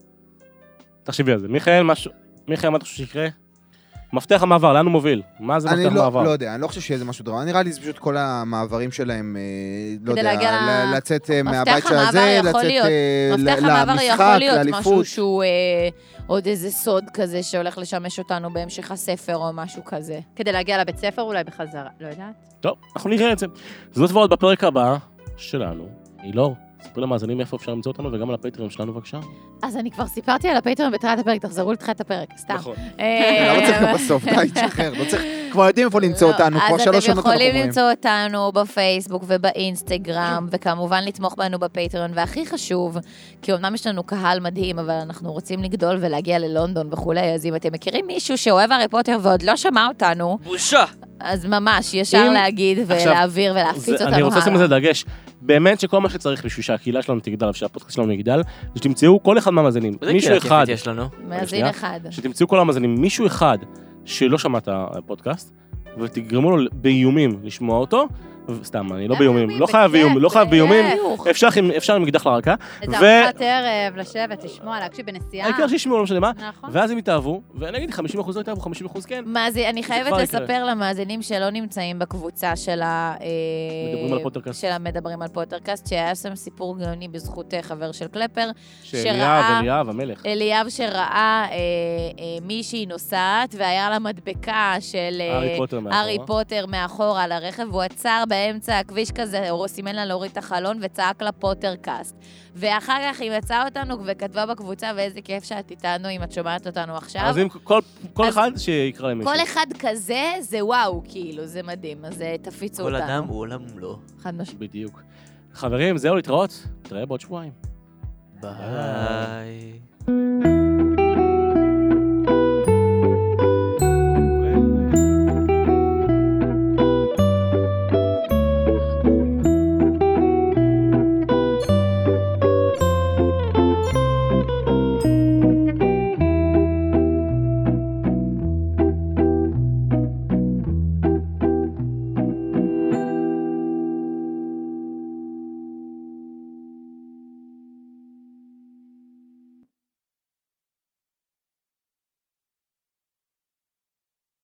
[SPEAKER 1] תחשבי על זה. מיכאל, מה אתה חושב שיקרה? מפתח המעבר, לאן הוא מוביל? מה זה
[SPEAKER 2] אני
[SPEAKER 1] מפתח המעבר?
[SPEAKER 2] לא יודע, אני לא חושב שיהיה איזה משהו דרמטי. נראה לי זה פשוט כל המעברים שלהם, לא
[SPEAKER 3] כדי
[SPEAKER 2] יודע,
[SPEAKER 3] להגיע
[SPEAKER 2] לצאת
[SPEAKER 4] מפתח
[SPEAKER 2] מהבית של
[SPEAKER 4] המעבר
[SPEAKER 2] הזה,
[SPEAKER 4] יכול
[SPEAKER 2] לצאת
[SPEAKER 4] להיות. מפתח המעבר יכול
[SPEAKER 2] למשחק,
[SPEAKER 4] להיות משהו
[SPEAKER 2] לאליפות.
[SPEAKER 4] שהוא עוד איזה סוד כזה שהולך לשמש אותנו בהמשך הספר או משהו כזה.
[SPEAKER 3] כדי להגיע לבית ספר אולי בחזרה, לא יודעת.
[SPEAKER 1] טוב, אנחנו נראה את זה. זאת ועוד בפרק הבא שלנו. אילור, ספרי למאזינים איפה אפשר למצוא אותנו, וגם על הפטריון שלנו, בבקשה.
[SPEAKER 4] אז אני כבר סיפרתי על הפטריון בתחילת הפרק, תחזרו לתחילת הפרק, סתם.
[SPEAKER 1] נכון.
[SPEAKER 2] למה צריך גם בסוף? די, תשחרר, לא צריך, כבר יודעים איפה למצוא אותנו, כבר 3 שנות
[SPEAKER 4] אז אתם
[SPEAKER 2] אנחנו
[SPEAKER 4] יכולים
[SPEAKER 2] אומרים.
[SPEAKER 4] למצוא אותנו בפייסבוק ובאינסטגרם, וכמובן לתמוך בנו בפטריון, והכי חשוב, כי אומנם יש לנו קהל מדהים, אבל אנחנו רוצים לגדול ולהגיע ללונדון וכולי, אז אם אתם מכירים מישהו שאוהב הארי פוטר ועוד לא שמע אותנו,
[SPEAKER 5] בושה!
[SPEAKER 4] אז ממש, ישר
[SPEAKER 1] אם-
[SPEAKER 4] להגיד
[SPEAKER 1] עכשיו,
[SPEAKER 4] ולהעביר ולהפיץ אותנו
[SPEAKER 1] אני רוצה לשים על זה
[SPEAKER 4] הלאה.
[SPEAKER 1] דגש. באמת שכל מה שצריך בשביל שהקהילה שלנו תגדל, ושהפודקאסט שלנו יגדל, זה שתמצאו כל אחד מהמאזינים.
[SPEAKER 5] איזה
[SPEAKER 1] מישהו
[SPEAKER 5] קהילה
[SPEAKER 1] אחד,
[SPEAKER 5] כיפית יש לנו.
[SPEAKER 4] מאזין
[SPEAKER 1] שנייה.
[SPEAKER 4] אחד.
[SPEAKER 1] שתמצאו כל המאזינים, מישהו אחד שלא שמע את הפודקאסט, ותגרמו לו באיומים לשמוע אותו, סתם, אני לא באיומים, לא חייב באיומים, לא חייב באיומים, אפשר עם אקדח לרקה,
[SPEAKER 3] איזה ארוחת ערב, לשבת, לשמוע, להקשיב בנסיעה.
[SPEAKER 1] העיקר שישמעו, לא משנה מה,
[SPEAKER 3] נכון.
[SPEAKER 1] ואז הם יתאהבו, ואני אגיד 50% לא יתאהבו, 50% כן.
[SPEAKER 4] אני חייבת
[SPEAKER 1] כבר יקרה.
[SPEAKER 4] לספר למאזינים שלא נמצאים בקבוצה של
[SPEAKER 1] מדברים על פוטרקאסט.
[SPEAKER 4] של המדברים על פוטרקאסט, שהיה שם סיפור גאוני בזכות חבר של קלפר,
[SPEAKER 1] שאליאב, המלך.
[SPEAKER 4] אליאב שראה מישהי נוסעת, והיה לה מדבקה של
[SPEAKER 1] הארי פוטר מאחורה.
[SPEAKER 4] הארי פוטר מאחורה על הרכב, והוא עצר באמצע הכביש כזה, הוא סימן לה להוריד את החלון וצעק לה פוטרקאסט. ואחר כך היא מצאה אותנו וכתבה בקבוצה, ואיזה כיף שאת איתנו, אם את שומעת אותנו עכשיו.
[SPEAKER 1] אז אם כל אחד שיקרא למישהו.
[SPEAKER 4] כל אחד כזה, זה וואו, כאילו, זה מדהים, אז תפיצו
[SPEAKER 5] כל
[SPEAKER 4] אותנו.
[SPEAKER 5] אדם הוא עולם ומלואו.
[SPEAKER 4] חד משמעית.
[SPEAKER 1] בדיוק. חברים, זהו, להתראות. נתראה בעוד שבועיים.
[SPEAKER 5] ביי.